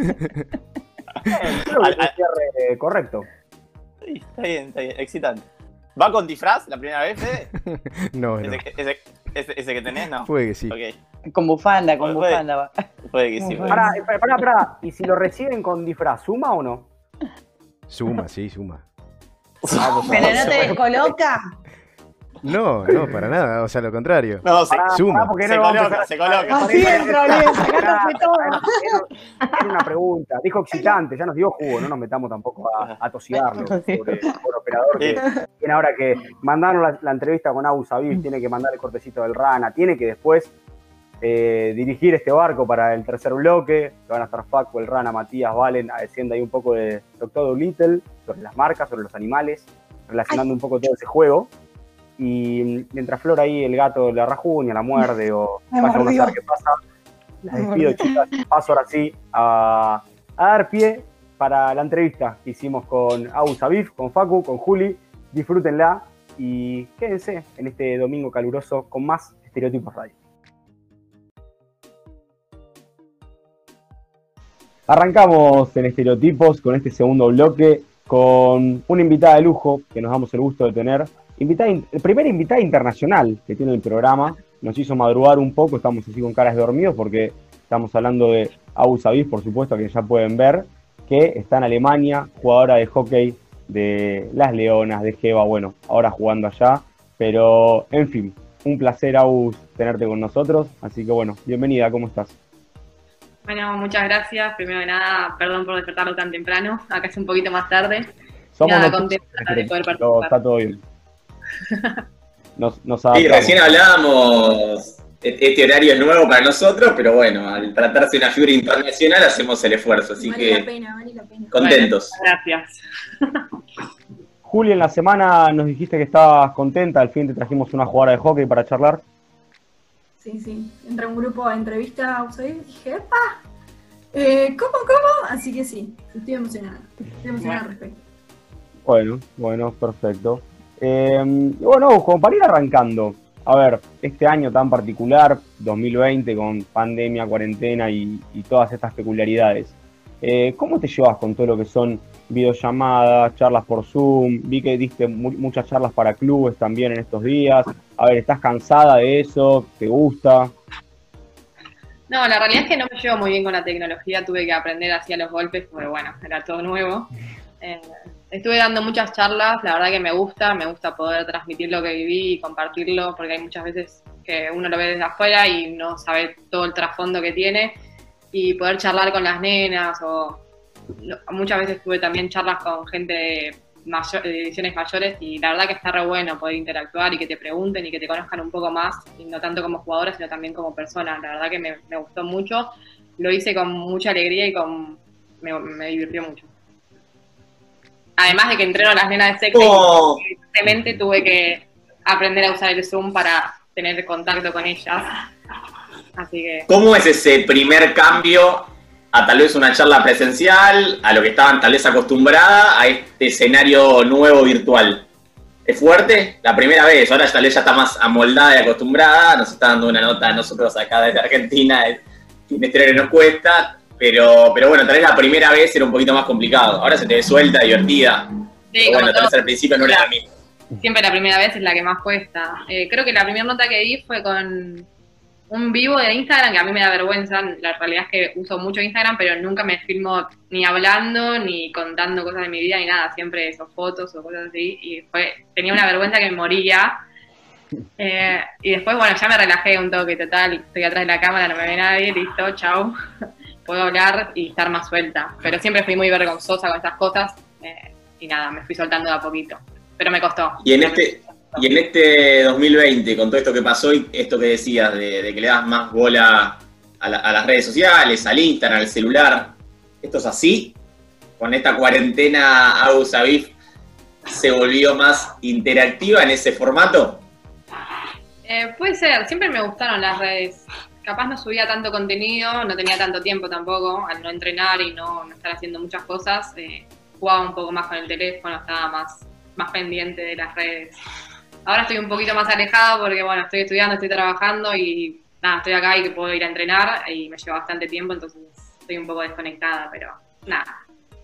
Creo que es un cierre correcto. Sí, está bien, está bien, excitante. ¿Va con disfraz la primera vez, Fede? No, no. ¿Ese, que- ese, ese, ese que tenés? No. Puede que sí. Ok, Con bufanda, con Puede- bufanda. va. puede que sí. puede que Pará, pará, pará, pará. ¿Y si lo reciben con disfraz, suma o no? Suma, sí, suma. sí. Pero no te descoloca. No, no, para nada. O sea, lo contrario. No, se, Pará, Suma. pará, porque Se no vamos a coloca, empezar- se coloca. Así entra, bien, sacándose todo. Era era una pregunta. Dijo excitante, ya nos dio jugo, no nos metamos tampoco a, a tosigarlo sobre por operador que tiene ahora que mandarnos la, la entrevista con Abu Sabif, tiene que mandar el cortecito del Rana, tiene que después eh, dirigir este barco para el tercer bloque, que van a estar Facu, el Rana, Matías, Valen, haciendo ahí un poco de Doctor Dolittle, sobre las marcas, sobre los animales, relacionando un poco todo ese juego. Y mientras Flor ahí el gato la rajuña, la muerde o Me vaya uno a mordió. saber qué pasa, la despido, chicas. Paso ahora sí a, a dar pie para la entrevista que hicimos con Abu Sabif, con Facu, con Juli. Disfrútenla y quédense en este domingo caluroso con más Estereotipos Radio. Arrancamos en Estereotipos con este segundo bloque con una invitada de lujo que nos damos el gusto de tener. Invitada, in- primera invitada internacional que tiene el programa. Nos hizo madrugar un poco, estamos así con caras de dormidos porque estamos hablando de Abu Sabif, por supuesto, que ya pueden ver, que está en Alemania, jugadora de hockey de las Leonas, de Geva, bueno, ahora jugando allá. Pero, en fin, un placer, Abu, tenerte con nosotros. Así que, bueno, bienvenida, ¿cómo estás? Bueno, muchas gracias. Primero que nada, perdón por despertarlo tan temprano. Acá es un poquito más tarde. Somos Nada, nosotros, contenta de poder pero participar. está todo bien. Nos, nos Sí, adaptamos. recién hablábamos, e- este horario es nuevo para nosotros, pero bueno, al tratarse de una figura internacional hacemos el esfuerzo, así Vale la que pena, vale la pena. contentos. Bueno, gracias. Juli, en la semana nos dijiste que estabas contenta, al fin te trajimos una jugadora de hockey para charlar. Sí, sí. Entré a un grupo de entrevista a Usaid y dije, ¡epa! Eh, ¿Cómo, cómo? Así que sí, estoy emocionada. Estoy emocionada al respecto. Bueno, bueno, perfecto. Eh, y bueno, como para ir arrancando, a ver, este año tan particular, dos mil veinte, con pandemia, cuarentena y, y todas estas peculiaridades, eh, ¿cómo te llevas con todo lo que son videollamadas, charlas por Zoom? Vi que diste mu- muchas charlas para clubes también en estos días. A ver, ¿estás cansada de eso? ¿Te gusta? No, la realidad es que no me llevo muy bien con la tecnología. Tuve que aprender así a los golpes porque, bueno, era todo nuevo. Eh, estuve dando muchas charlas. La verdad que me gusta. Me gusta poder transmitir lo que viví y compartirlo porque hay muchas veces que uno lo ve desde afuera y no sabe todo el trasfondo que tiene. Y poder charlar con las nenas o... no, muchas veces tuve también charlas con gente de, mayor, de ediciones mayores y la verdad que está re bueno poder interactuar y que te pregunten y que te conozcan un poco más, y no tanto como jugadora, sino también como persona. La verdad que me, me gustó mucho, lo hice con mucha alegría y con me, me divirtió mucho. Además de que entreno a las nenas de sexo ¿Cómo? y simplemente tuve que aprender a usar el Zoom para tener contacto con ellas. Así que... ¿Cómo es ese primer cambio a tal vez una charla presencial, a lo que estaban tal vez acostumbrada, a este escenario nuevo virtual? ¿Es fuerte? La primera vez, ahora tal vez ya está más amoldada y acostumbrada, nos está dando una nota a nosotros acá desde Argentina, que una historia que nos cuesta, pero, pero bueno, tal vez la primera vez era un poquito más complicado, ahora se te ve suelta, divertida, Sí, pero como bueno, tal todo. vez al principio no era la misma. Siempre la primera vez es la que más cuesta. Eh, creo que la primera nota que di fue con un vivo de Instagram, que a mí me da vergüenza. La realidad es que uso mucho Instagram, pero nunca me filmo ni hablando, ni contando cosas de mi vida, ni nada. Siempre eso, fotos o cosas así. Y fue, tenía una vergüenza que me moría. Eh, y después, bueno, ya me relajé un toque, total, estoy atrás de la cámara, no me ve nadie, listo, chau. Puedo hablar y estar más suelta. Pero siempre fui muy vergonzosa con estas cosas eh, y nada, me fui soltando de a poquito. Pero me costó. Y en este, y en este dos mil veinte, con todo esto que pasó y esto que decías, de, de que le das más bola a, la, a las redes sociales, al Instagram, al celular, ¿esto es así? Con esta cuarentena, Agus Aviv se volvió más interactiva en ese formato. Eh, puede ser, siempre me gustaron las redes. Capaz no subía tanto contenido, no tenía tanto tiempo tampoco, al no entrenar y no, no estar haciendo muchas cosas, eh, jugaba un poco más con el teléfono, estaba más, más pendiente de las redes. Ahora estoy un poquito más alejada porque, bueno, estoy estudiando, estoy trabajando y nada, estoy acá y que puedo ir a entrenar y me lleva bastante tiempo, entonces estoy un poco desconectada, pero nada.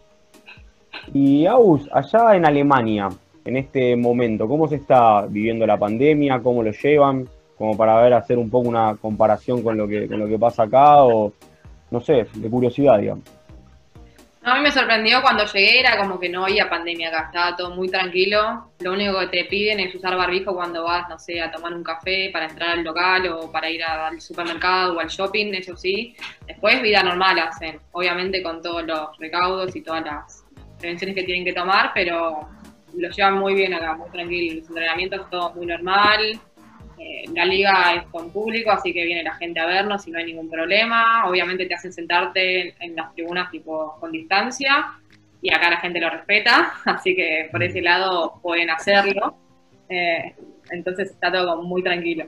Y Agus, allá en Alemania, en este momento, ¿cómo se está viviendo la pandemia? ¿Cómo lo llevan? Como para ver, hacer un poco una comparación con lo que, con lo que pasa acá, o no sé, de curiosidad, digamos. A mí me sorprendió cuando llegué, era como que no había pandemia acá, estaba todo muy tranquilo. Lo único que te piden es usar barbijo cuando vas, no sé, a tomar un café para entrar al local o para ir al supermercado o al shopping, eso sí. Después vida normal hacen, obviamente con todos los recaudos y todas las prevenciones que tienen que tomar, pero lo llevan muy bien acá, muy tranquilo. Los entrenamientos todo muy normal. Eh, la liga es con público, así que viene la gente a vernos y no hay ningún problema. Obviamente te hacen sentarte en las tribunas tipo con distancia y acá la gente lo respeta, así que por ese lado pueden hacerlo. Eh, entonces está todo como muy tranquilo.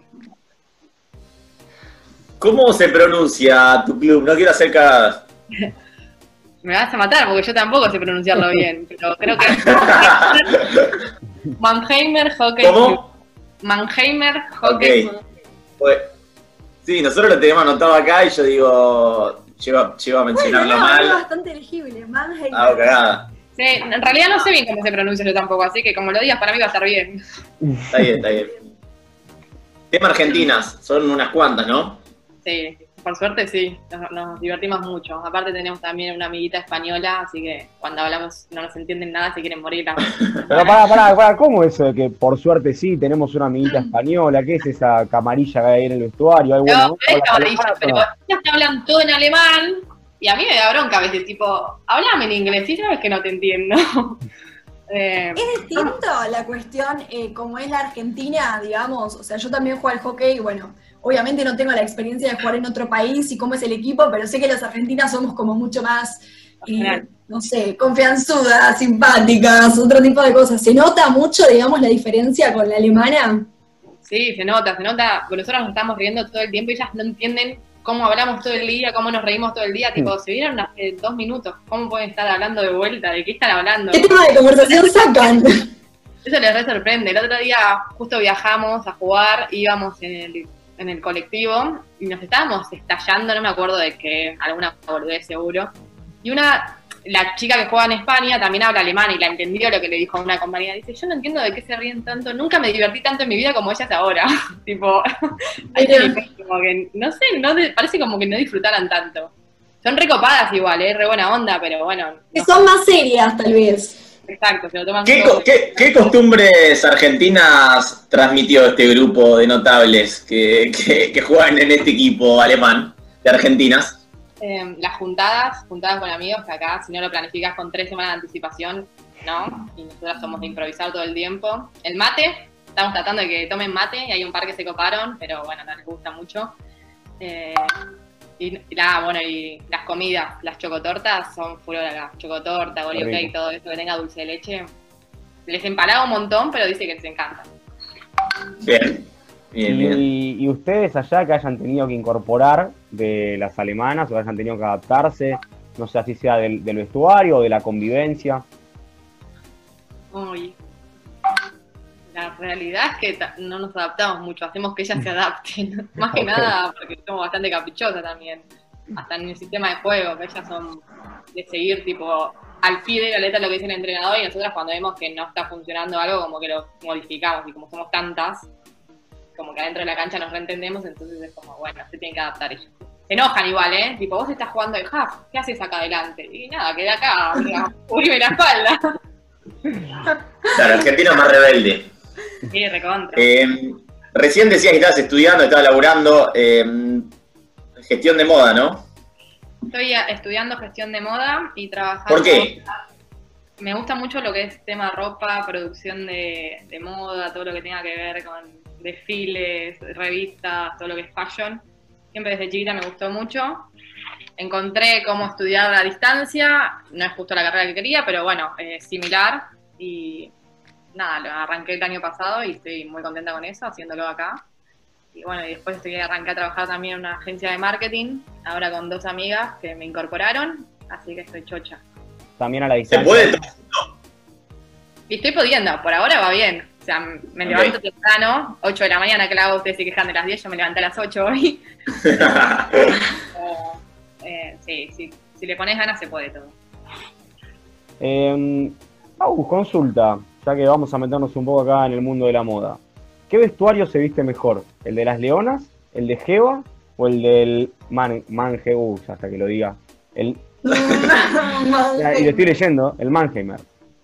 ¿Cómo se pronuncia tu club? No quiero hacer cagadas. Me vas a matar porque yo tampoco sé pronunciarlo bien, pero creo que Mannheimer Hockey ¿Cómo? Club. Mannheimer Hockey Club. Okay. Pues, sí, nosotros lo tenemos anotado acá y yo digo, llevo, llevo a mencionarlo bueno, no, mal. es bastante elegible, Mannheimer. Hago cagada. Sí, en realidad no sé bien cómo se pronuncia yo tampoco, así que como lo digas para mí va a estar bien. Está bien, está bien. Tema Argentinas, son unas cuantas, ¿no? Sí, por suerte sí, nos, nos divertimos mucho. Aparte tenemos también una amiguita española, así que cuando hablamos no nos entienden nada, se quieren morir. Pero pará, pará, pará, ¿cómo es eso de que por suerte sí tenemos una amiguita española? ¿Qué es esa camarilla que hay ahí en el vestuario? ¿Hay buena No, onda pero es con las camarilla, alemanas o pero no? ellas te hablan todo en alemán y a mí me da bronca a veces, tipo, háblame en inglés, y sabes que no te entiendo. eh, Es distinto la cuestión, eh, como es la Argentina, digamos, o sea, yo también juego al hockey, bueno, obviamente no tengo la experiencia de jugar en otro país y cómo es el equipo, pero sé que las argentinas somos como mucho más, eh, no sé, confianzudas, simpáticas, otro tipo de cosas. ¿Se nota mucho, digamos, la diferencia con la alemana? Sí, se nota, se nota, porque nosotros nos estamos riendo todo el tiempo y ellas no entienden cómo hablamos todo el día, cómo nos reímos todo el día, tipo, se vieron hace dos minutos, ¿cómo pueden estar hablando de vuelta? ¿De qué están hablando? ¿Qué tema de conversación sacan? Eso les re sorprende. El otro día justo viajamos a jugar, íbamos en el, en el colectivo y nos estábamos estallando, no me acuerdo de qué, alguna boludez seguro. Y una, la chica que juega en España también habla alemán y la entendió lo que le dijo a una compañera. Dice, yo no entiendo de qué se ríen tanto, nunca me divertí tanto en mi vida como ellas ahora. Tipo, hay que, como que, no sé, no de- parece como que no disfrutaran tanto. Son recopadas igual, eh, re buena onda, pero bueno. Que no- son más serias, tal vez. Exacto, se lo toman ¿Qué, como- co- qué- qué costumbres argentinas transmitió este grupo de notables que, que, que juegan en este equipo alemán de argentinas? Eh, las juntadas, juntadas con amigos, que acá si no lo planificas con tres semanas de anticipación, no, y nosotras somos de improvisar todo el tiempo. El mate, estamos tratando de que tomen mate, y hay un par que se coparon, pero bueno, no les gusta mucho. Eh, y, y nada, bueno, y las comidas, las chocotortas son furor acá, chocotorta, Oreo Rico. cake, todo eso que tenga dulce de leche. Les empalaga un montón, pero dice que les encanta. Bien, bien, bien. Y, y ustedes allá que hayan tenido que incorporar de las alemanas o que hayan tenido que adaptarse, no sé, así sea del, del vestuario o de la convivencia. Uy. La realidad es que ta- no nos adaptamos mucho, hacemos que ellas se adapten. Más que Ok. nada porque somos bastante caprichosas también. Hasta en el sistema de juego, que ellas son de seguir tipo al pie de la letra lo que dice el entrenador, y nosotras cuando vemos que no está funcionando algo, como que lo modificamos, y como somos tantas, como que adentro de la cancha nos reentendemos, entonces es como, bueno, se tienen que adaptar ellos. Se enojan igual, ¿eh? Tipo, vos estás jugando el half, ¿qué haces acá adelante? Y nada, quedé acá, amiga, cubrime la espalda. Claro, Argentina es más rebelde. Sí, recontra. Eh, recién decías que estabas estudiando, estabas laburando eh, gestión de moda, ¿no? Estoy estudiando gestión de moda y trabajando. ¿Por qué? Me gusta mucho lo que es tema ropa, producción de, de moda, todo lo que tenga que ver con desfiles, revistas, todo lo que es fashion. Siempre desde chiquita me gustó mucho. Encontré cómo estudiar a distancia, no es justo la carrera que quería, pero bueno, es similar. Y nada, lo arranqué el año pasado y estoy muy contenta con eso, haciéndolo acá. Y bueno, y después estoy, arranqué a trabajar también en una agencia de marketing, ahora con dos amigas que me incorporaron, así que estoy chocha. También a la ¿Se distancia. puede? Y estoy pudiendo, por ahora va bien. O sea, me levanto Ok. temprano, ocho de la mañana, que la hago, ustedes se quejan de las diez, yo me levanté a las ocho hoy. eh, sí, sí, si le pones ganas se puede todo. Eh, Agus, consulta, ya que vamos a meternos un poco acá en el mundo de la moda. ¿Qué vestuario se viste mejor? ¿El de las leonas, el de Geva o el del man, Manje? Uh, hasta que lo diga. El, y lo estoy leyendo, el Mannheimer.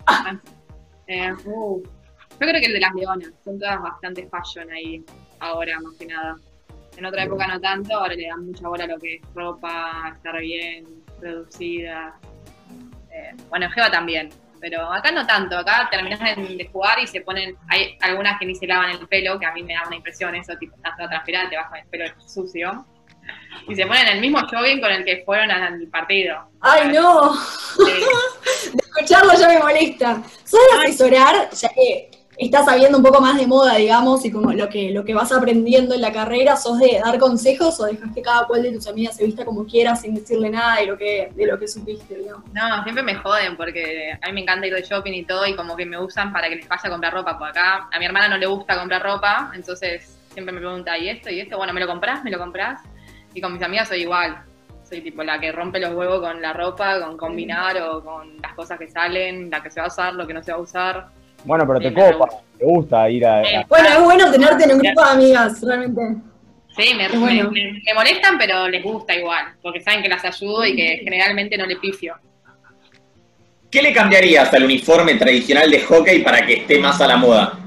Eh, uh, yo creo que el de las leonas, son todas bastante fashion ahí, ahora más que nada. En otra época no tanto, ahora le dan mucha bola a lo que es ropa, estar bien, producida. Eh, bueno, en Geva también, pero acá no tanto, acá terminás de, de jugar y se ponen, hay algunas que ni se lavan el pelo, que a mí me da una impresión eso, tipo, estás toda transpirada, te vas con el pelo sucio. Y se ponen el mismo jogging con el que fueron al partido. ¡Ay, no! Sí. De escucharlo ya me molesta. ¿Sos de asesorar, ya que estás sabiendo un poco más de moda, digamos, y como lo que, lo que vas aprendiendo en la carrera, sos de dar consejos o dejas que cada cual de tus amigas se vista como quiera sin decirle nada de lo que, de lo que supiste, digamos? No, siempre me joden porque a mí me encanta ir de shopping y todo y como que me usan para que les vaya a comprar ropa. Por acá a mi hermana no le gusta comprar ropa, entonces siempre me pregunta, ¿y esto? ¿Y esto? Bueno, ¿me lo comprás? ¿Me lo comprás? Y con mis amigas soy igual. Soy tipo la que rompe los huevos con la ropa, con combinar o con las cosas que salen, la que se va a usar, lo que no se va a usar. Bueno, pero te Sí, me copa, te gusta ir a... Eh, a- Bueno, es bueno tenerte en un grupo de amigas, realmente. Sí, me, Qué bueno. me- me- me molestan, pero les gusta igual, porque saben que las ayudo y que generalmente no le pifio. ¿Qué le cambiarías al uniforme tradicional de hockey para que esté más a la moda?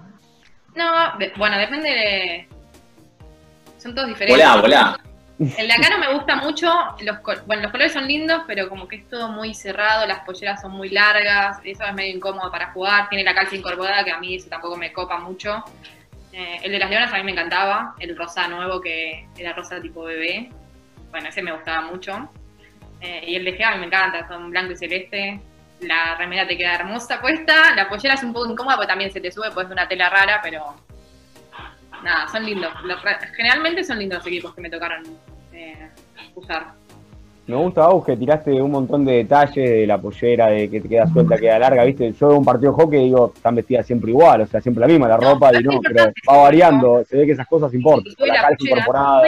No, de- bueno, depende de... Son todos diferentes. Volá, volá. El de acá no me gusta mucho, los col- bueno, los colores son lindos, pero como que es todo muy cerrado, las polleras son muy largas, eso es medio incómodo para jugar, tiene la calza incorporada, que a mí eso tampoco me copa mucho. Eh, el de las leonas a mí me encantaba, el rosa nuevo que era rosa tipo bebé, bueno, ese me gustaba mucho. Eh, y el de Gea a mí me encanta, son blanco y celeste, la remera te queda hermosa puesta, la pollera es un poco incómoda porque también se te sube, pues es una tela rara, pero... Nada, son lindos. Los re- generalmente son lindos los equipos que me tocaron eh, usar. Me gusta, Agus, que tiraste un montón de detalles de la pollera, de que te queda suelta, queda larga, ¿viste? Yo veo un partido de hockey y digo, están vestidas siempre igual, o sea, siempre la misma la No, ropa, y es no, pero importante, va variando, se ve que esas cosas importan, Se sube la la calza pollera. incorporada.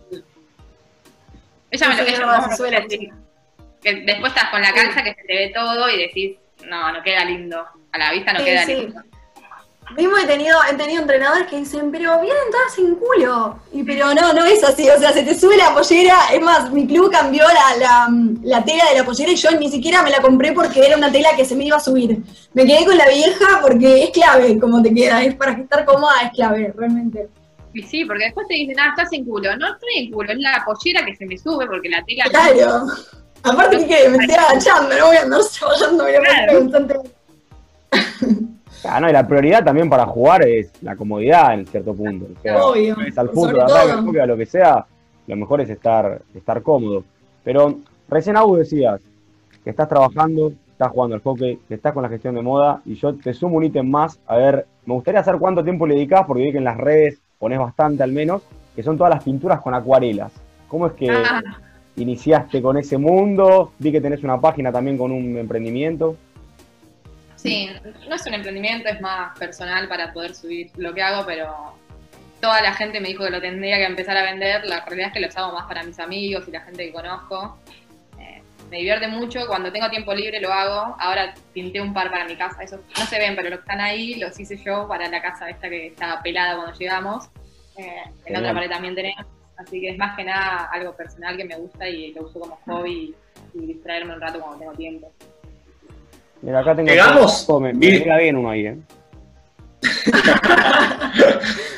Ella me lo Sí, ella no, me se lo suele. decir. Que después estás con la calza que se te ve todo y decís, no, no queda lindo. A la vista no Sí, queda sí. lindo. Mismo he tenido, he tenido entrenadores que dicen, pero vienen todas sin culo. Y pero no, no es así, o sea, se te sube la pollera. Es más, mi club cambió la, la, la tela de la pollera y yo ni siquiera me la compré porque era una tela que se me iba a subir. Me quedé con la vieja porque es clave como te queda, es para estar cómoda, es clave, realmente. Y sí, porque después te dicen, ah, estás sin culo. No estoy en culo, es la pollera que se me sube porque la tela... Claro. Aparte que me estoy agachando, no voy a andar llevando la pollera Claro. constantemente. Ah, no, y la prioridad también para jugar es la comodidad en cierto punto. O sea, Obvio, es al sobre fútbol, al todo. rugby, al hockey, a lo que sea, lo mejor es estar, estar cómodo. Pero recién, Agus, decías que estás trabajando, estás jugando al hockey, que estás con la gestión de moda, y yo te sumo un ítem más. A ver, me gustaría saber cuánto tiempo le dedicás, porque vi que en las redes ponés bastante al menos, que son todas las pinturas con acuarelas. ¿Cómo es que Ah, iniciaste con ese mundo? Vi que tenés una página también con un emprendimiento. sí, no es un emprendimiento, es más personal para poder subir lo que hago, pero toda la gente me dijo que lo tendría que empezar a vender. La realidad es que los hago más para mis amigos y la gente que conozco. Eh, me divierte mucho, cuando tengo tiempo libre lo hago. Ahora pinté un par para mi casa, esos no se ven, pero los que están ahí los hice yo para la casa esta que estaba pelada cuando llegamos. Eh, en Genial. otra pared también tenemos, así que es más que nada algo personal que me gusta y lo uso como hobby y distraerme un rato cuando tengo tiempo. Mira, acá tengo... Llegamos. Me, me Bien. queda bien uno ahí, ¿eh?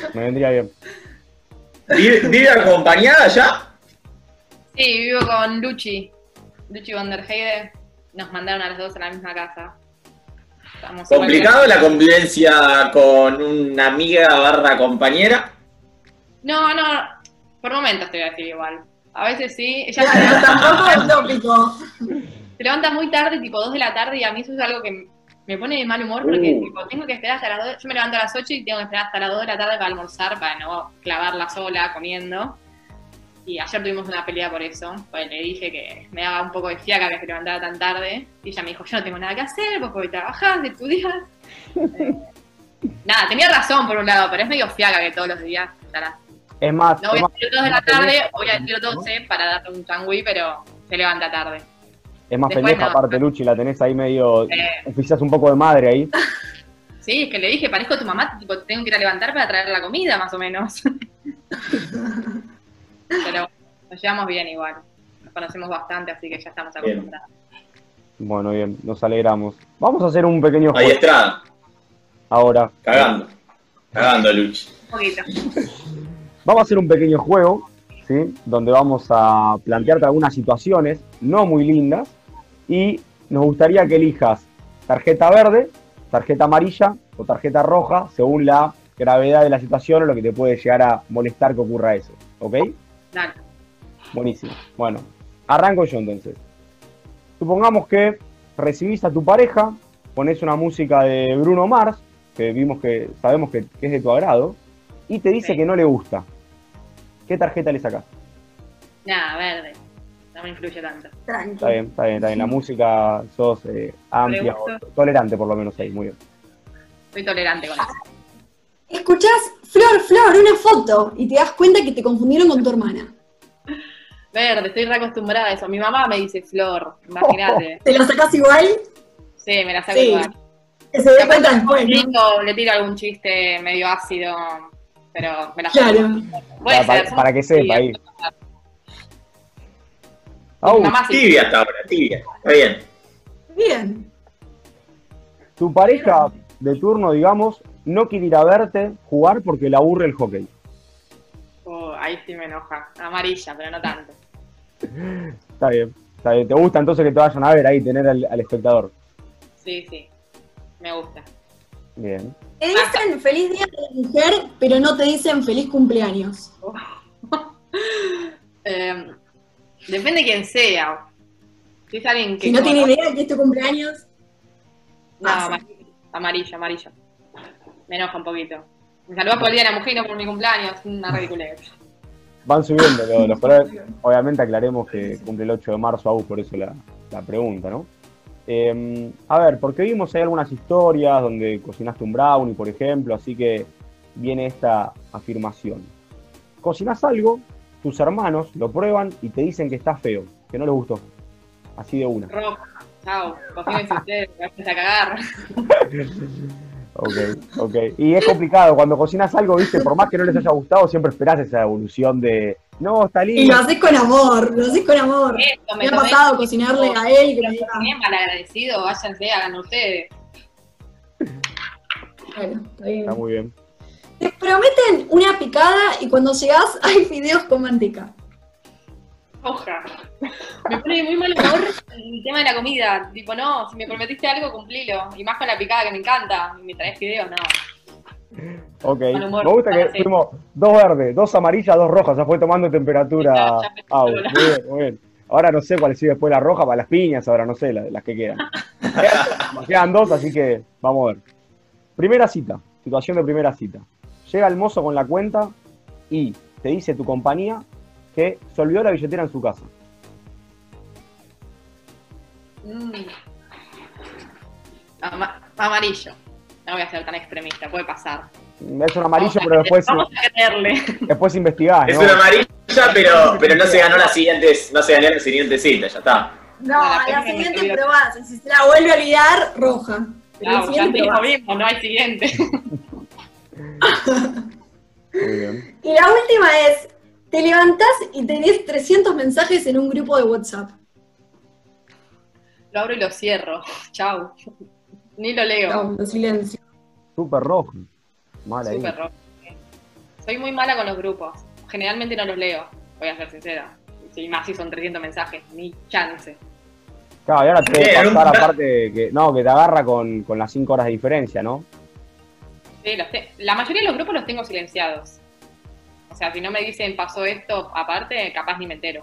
Me vendría bien. ¿Vive, vive acompañada ya? Sí, vivo con Luchi. Luchi von der Heide. Nos mandaron a las dos a la misma casa. Estamos ¿Complicado la convivencia con una amiga barra compañera? No, no, por momentos te voy a decir igual. A veces sí. Ella Claro, tampoco es tópico. se levanta muy tarde, tipo dos de la tarde, y a mí eso es algo que me pone de mal humor porque Uh. tipo, tengo que esperar hasta las dos. Yo me levanto a las ocho y tengo que esperar hasta las dos de la tarde para almorzar, para no clavarla sola comiendo. Y ayer tuvimos una pelea por eso, pues le dije que me daba un poco de fiaca que se levantara tan tarde. Y ella me dijo, yo no tengo nada que hacer, vos podés trabajar, estudiar. Eh, nada, tenía razón por un lado, pero es medio fiaca que todos los días estarás. Es más, No voy es a más, decir dos de la es más tarde, pendeja, voy a decir doce para darle un changüí, pero se levanta tarde. es más Después pendeja no. aparte, Luchi, la tenés ahí medio, Eh, quizás un poco de madre ahí. sí, es que le dije, parezco tu mamá, tipo, tengo que ir a levantar para traer la comida, más o menos. Pero nos llevamos bien igual. Nos conocemos bastante, así que ya estamos Bien. acostumbrados. Bueno, bien, nos alegramos. Vamos a hacer un pequeño Ahí juego Estrada, ahora. cagando. Cagando, Luchi. Un poquito. Vamos a hacer un pequeño juego, ¿sí? Donde vamos a plantearte algunas situaciones no muy lindas y nos gustaría que elijas tarjeta verde, tarjeta amarilla o tarjeta roja según la gravedad de la situación o lo que te puede llegar a molestar que ocurra eso, ¿ok? Dale. Buenísimo. Bueno, arranco yo entonces. Supongamos que recibís a tu pareja, pones una música de Bruno Mars, que vimos que sabemos que, que es de tu agrado, y te dice Sí. que no le gusta. ¿Qué tarjeta le sacás? Nada, verde. No me influye tanto. Tranqui. Está bien, está bien, está bien. La música sos eh, amplia, o gusta. tolerante por lo menos ahí, muy bien. Soy tolerante con eso. Escuchás, Flor, Flor, una foto, y te das cuenta que te confundieron con tu hermana. Verde, estoy reacostumbrada a eso. Mi mamá me dice Flor, imagínate. ¿Te la sacás igual? Sí, me la saco Sí. igual. Que se dé Capaz cuenta que después, ¿no? lindo, le tiro algún chiste medio ácido, pero me la saco. Claro. Puede Para, para- ser, para que somos sepa ahí. tíos. Au, Mi mamá sí. Tibia hasta ahora, tibia. Está bien. Bien. tu pareja de turno, digamos, no quiere ir a verte jugar porque le aburre el hockey. Oh, ahí sí me enoja. Amarilla, pero no tanto. Está bien, está bien. ¿Te gusta entonces que te vayan a ver ahí, tener al, al espectador? Sí, sí. Me gusta. Bien. Te dicen feliz día de la mujer, pero no te dicen feliz cumpleaños. Eh, depende de quién sea. Si es alguien que. Si no tiene conozco- idea de que es tu cumpleaños, No, pasa. amarillo, amarillo, amarillo. Me enoja un poquito. Me saluda por el día de la mujer y no por mi cumpleaños. Una ridiculez. Van subiendo los, los colores. Obviamente aclaremos que cumple el ocho de marzo, Agus, por eso la, la pregunta, ¿no? Eh, a ver, porque vimos hay algunas historias donde cocinaste un brownie, por ejemplo, así que viene esta afirmación. Cocinás algo, tus hermanos lo prueban y te dicen que está feo, que no les gustó. Así de una. Roja. Chao. Cocínense ustedes, me vas a cagar. Ok, ok. Y es complicado, cuando cocinas algo, viste, por más que no les haya gustado, siempre esperás esa evolución de, no, está Y lindo. lo haces con amor, lo haces con amor. Esto, Me ha tomé- pasado cocinarle a él y que me diga, Bien malagradecido, váyanse, hagan ustedes. bueno, está bien. Está muy bien. Te prometen una picada y cuando llegás hay fideos con manteca. Hoja. Me pone muy mal humor el tema de la comida. Tipo, no, si me prometiste algo, cumplilo. Y más con la picada que me encanta. Y me traes fideos, no. Ok, Mal humor, me gusta que para fuimos dos verdes, dos amarillas, dos rojas, ya fue tomando temperatura. Ya, ya me Ah, estoy muy bien, muy bien. Ahora no sé cuál sigue después la roja, para las piñas, ahora no sé, las, las que quedan. Nos quedan dos, así que vamos a ver. Primera cita, situación de primera cita. Llega el mozo con la cuenta y te dice tu compañía que se olvidó la billetera en su casa. Mm. Ama- amarillo. No voy a ser tan extremista, puede pasar. Es un amarillo, Vamos a pero creer- después, Vamos a creerle. después investigás, Es ¿no? una amarilla, pero, pero no se ganó la siguiente, no se ganó la siguiente cita, ya está. No, A la a la próxima me siguiente olvido. probás. Y si se la vuelve a olvidar, roja. Pero Claro, la ya siguiente dijo probás. mismo, no hay siguiente. Muy bien. Y la última es, te levantás y tenés trescientos mensajes en un grupo de WhatsApp. Lo abro y lo cierro. Chau. Ni lo leo. No, silencio. Súper rojo. Mal ahí. Súper rojo. soy muy mala con los grupos. Generalmente no los leo, voy a ser sincera. Y más si son trescientos mensajes, ni chance. Claro, y ahora te Bien, debe pasar un- aparte que, no, que te agarra con, con las cinco horas de diferencia, ¿no? Sí, los te- la mayoría de los grupos los tengo silenciados. O sea, si no me dicen pasó esto aparte, capaz ni me entero.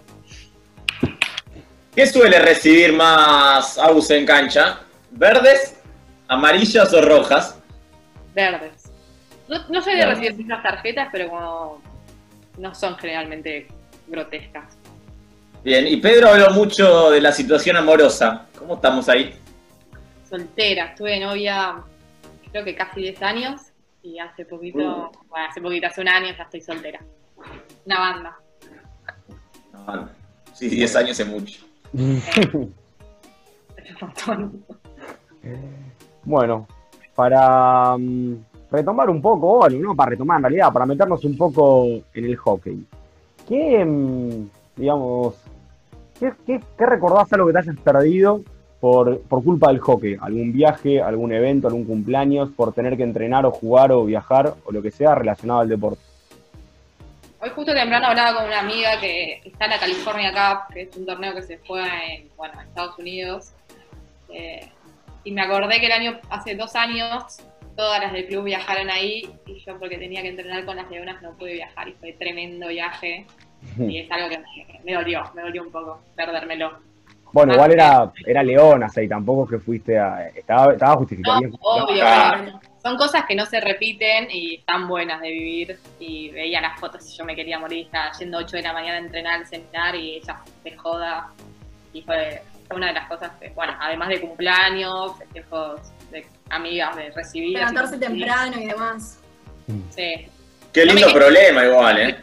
¿Qué suele recibir más Agus en cancha? ¿Verdes, amarillas o rojas? Verdes. No, no soy de Verdes. recibir muchas tarjetas, pero como no son generalmente grotescas. Bien, y Pedro habló mucho de la situación amorosa. ¿Cómo estamos ahí? Soltera, estuve de novia creo que casi diez años y hace poquito, Uh. bueno, hace poquito, hace un año ya estoy soltera. Una banda. No, sí, diez años es mucho. Es un montón. Bueno, para mm, retomar un poco, bueno, no para retomar en realidad, para meternos un poco en el hockey. ¿Qué, mm, digamos, qué, qué, qué recordás algo que te hayas perdido por, por culpa del hockey? ¿Algún viaje, algún evento, algún cumpleaños, por tener que entrenar o jugar o viajar o lo que sea relacionado al deporte? Hoy justo temprano hablaba con una amiga que está en la California Cup, que es un torneo que se juega en, bueno, en Estados Unidos. Eh, y me acordé que el año, hace dos años, todas las del club viajaron ahí y yo porque tenía que entrenar con las leonas no pude viajar y fue tremendo viaje. Y es algo que me, me dolió, me dolió un poco perdérmelo. Bueno, igual era, era Leonas y tampoco es que fuiste a... Estaba, estaba justificado. No, obvio, Ah. pero son cosas que no se repiten y están buenas de vivir. Y veía las fotos y yo me quería morir. Estaba yendo ocho de la mañana a entrenar, al seminar y ella se joda. Y fue, fue una de las cosas que, bueno, además de cumpleaños, festejos de amigas, de recibir. Levantarse temprano y demás. Sí. Qué No me lindo quejo. problema igual, ¿eh?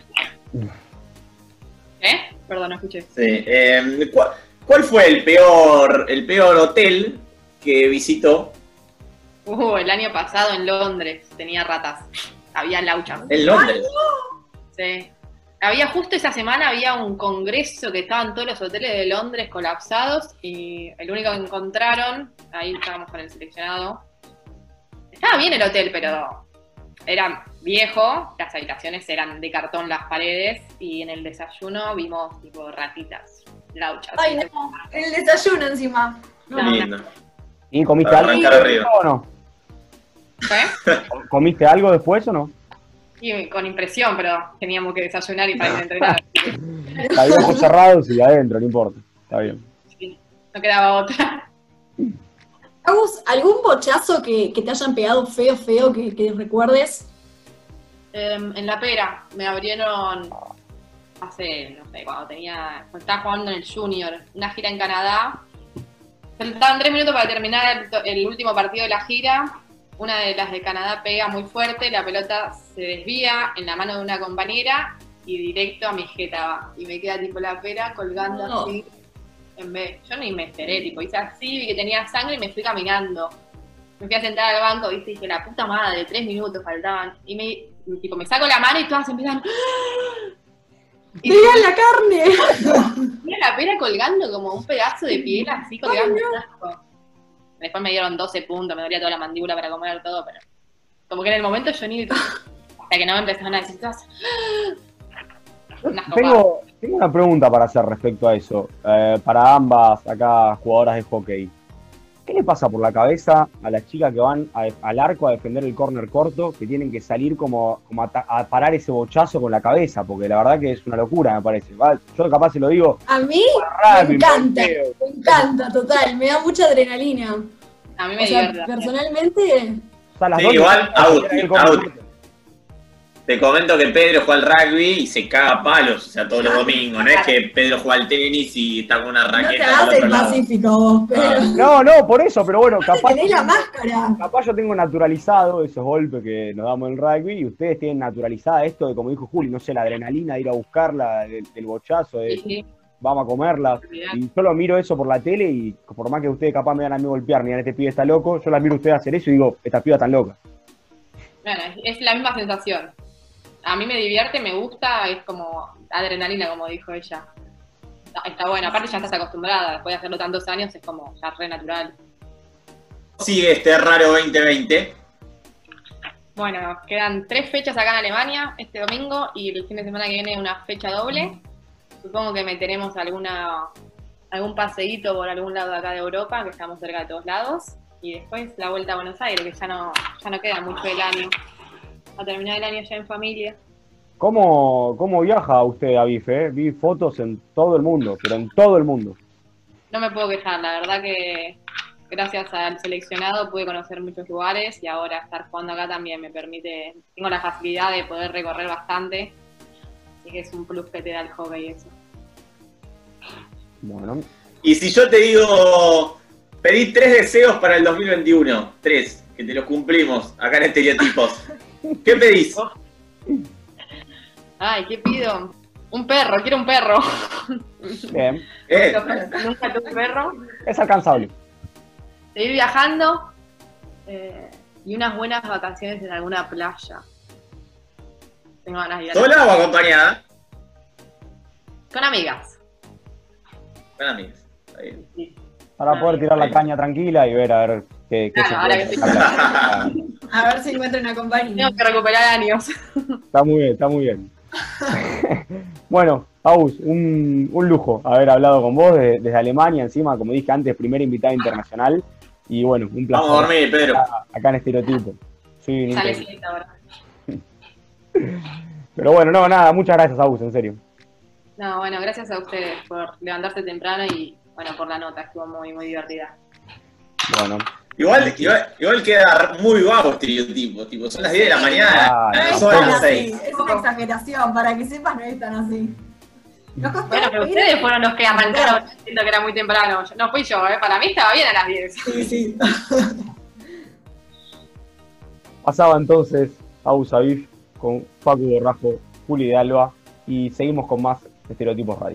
¿Eh? Perdón, no escuché. Sí. Eh, ¿cuál, cuál fue el peor, el peor hotel que visitó Uh, el año pasado en Londres tenía ratas. Había lauchas. en Londres? Sí. Había justo esa semana, había un congreso que estaban todos los hoteles de Londres colapsados y el único que encontraron, ahí estábamos con el seleccionado. Estaba bien el hotel, pero era viejo, las habitaciones eran de cartón las paredes y en el desayuno vimos tipo ratitas, lauchas. Ay, no, el desayuno encima. Qué No, lindo. ¿Y comiste Para algo arrancar arriba. o no? ¿Eh? ¿Comiste algo después o no? Y con impresión, pero teníamos que desayunar y para ir a entrenar. Está bien, ojos cerrados y adentro, no importa. Está bien. Sí, no quedaba otra. Agus, ¿algún bochazo que, que te hayan pegado feo, feo, que, que recuerdes? Eh, en la pera me abrieron hace, no sé, cuando tenía, cuando estaba jugando en el Junior, una gira en Canadá. Faltaban tres minutos para terminar el, el último partido de la gira. Una de las de Canadá pega muy fuerte, la pelota se desvía en la mano de una compañera y directo a mi jeta va. Y me queda tipo la pera colgando No. así. En vez, yo ni me enteré, tipo, hice así, vi que tenía sangre y me fui caminando. Me fui a sentar al banco, viste, y dije, la puta madre, tres minutos faltaban. Y me, tipo, me saco la mano y todas empiezan. Y ¡Te vean la carne! tenía la pera colgando como un pedazo de piel así colgando. Asco. Después me dieron doce puntos, me dolía toda la mandíbula para comer todo, pero como que en el momento yo ni. Hasta que no me empezaron a decir todas. Unas copas. Tengo, tengo una pregunta para hacer respecto a eso. Eh, para ambas acá jugadoras de hockey. ¿Qué le pasa por la cabeza a las chicas que van a- al arco a defender el córner corto, que tienen que salir como, como a, ta- a parar ese bochazo con la cabeza? Porque la verdad que es una locura, me parece. Va, yo capaz se lo digo. A mí rápido, me encanta, feo. me encanta, total, me da mucha adrenalina. A mí me O sea, divierte. personalmente, O sea, las Sí, dos igual, necesitan out, defender el córner out. corto. Te comento que Pedro juega al rugby y se caga a palos, o sea, todos los domingos. No es que Pedro juega al tenis y está con una no te raqueta hagas al otro el lado. pacífico vos, pero No, no, por eso, pero bueno, capaz, tenés la máscara. capaz yo tengo naturalizado esos golpes que nos damos en el rugby y ustedes tienen naturalizada esto de, como dijo Juli, no sé, la adrenalina de ir a buscarla, del, del bochazo, de Sí, sí. vamos a comerla. Y yo lo miro eso por la tele y por más que ustedes capaz me van a mí golpear, miren, este pibe está loco, yo la miro a ustedes hacer eso y digo, esta piba está loca. Bueno, es, es la misma sensación. A mí me divierte, me gusta, es como adrenalina, como dijo ella. Está, está bueno, aparte ya estás acostumbrada, después de hacerlo tantos años es como ya re natural. Sigue este raro veinte veinte. Bueno, quedan tres fechas acá en Alemania este domingo y el fin de semana que viene una fecha doble. Supongo que meteremos alguna algún paseíto por algún lado de acá de Europa, que estamos cerca de todos lados. Y después la vuelta a Buenos Aires, que ya no, ya no queda mucho del año. A terminar el año ya en familia. ¿Cómo, cómo viaja usted a B I F? Eh? Vi fotos en todo el mundo, pero en todo el mundo. No me puedo quejar, la verdad que gracias al seleccionado pude conocer muchos lugares y ahora estar jugando acá también me permite, tengo la facilidad de poder recorrer bastante y que es un plus que te da el hockey eso. Bueno. Y si yo te digo, pedí tres deseos para el dos mil veintiuno, tres, que te los cumplimos acá en Estereotipos, ¿qué pedís? Ay, ¿qué pido? Un perro, quiero un perro. Bien. Eh. Nunca tuve un perro. Es alcanzable. Seguir viajando eh, y unas buenas vacaciones en alguna playa. Tengo ganas de ir a ¿Sola o acompañada? Con amigas. Con amigas. Ahí. Sí. Para poder tirar la caña tranquila y ver a ver qué, qué Claro, se ahora puede que sacar. A ver si encuentro una compañía. Tengo que recuperar años. Está muy bien, está muy bien. Bueno, Agus, un, un lujo haber hablado con vos desde, desde Alemania, encima, como dije antes, primera invitada internacional. Y bueno, un placer. Vamos a dormir, Pedro. Acá, acá en Estereotipo. Sí, Sale increíble. siesta ahora. Pero bueno, no, nada, muchas gracias, Agus, en serio. No, bueno, gracias a ustedes por levantarse temprano y bueno, por la nota, estuvo muy, muy divertida. Bueno. Igual, igual, igual queda muy vago Estereotipo, tipo, son las diez de la mañana, Ah, No es son tan las así, seis. es una exageración, para que sepas no es tan así. Nos costó Bueno, pero ir- ustedes fueron los que arrancaron diciendo que era muy temprano. Yo- No fui yo, ¿eh? Para mí estaba bien a las diez. Sí, sí. Pasaba entonces Agus Aviv con Facu Borrajo, Juli de Alba y seguimos con más Estereotipos Radio.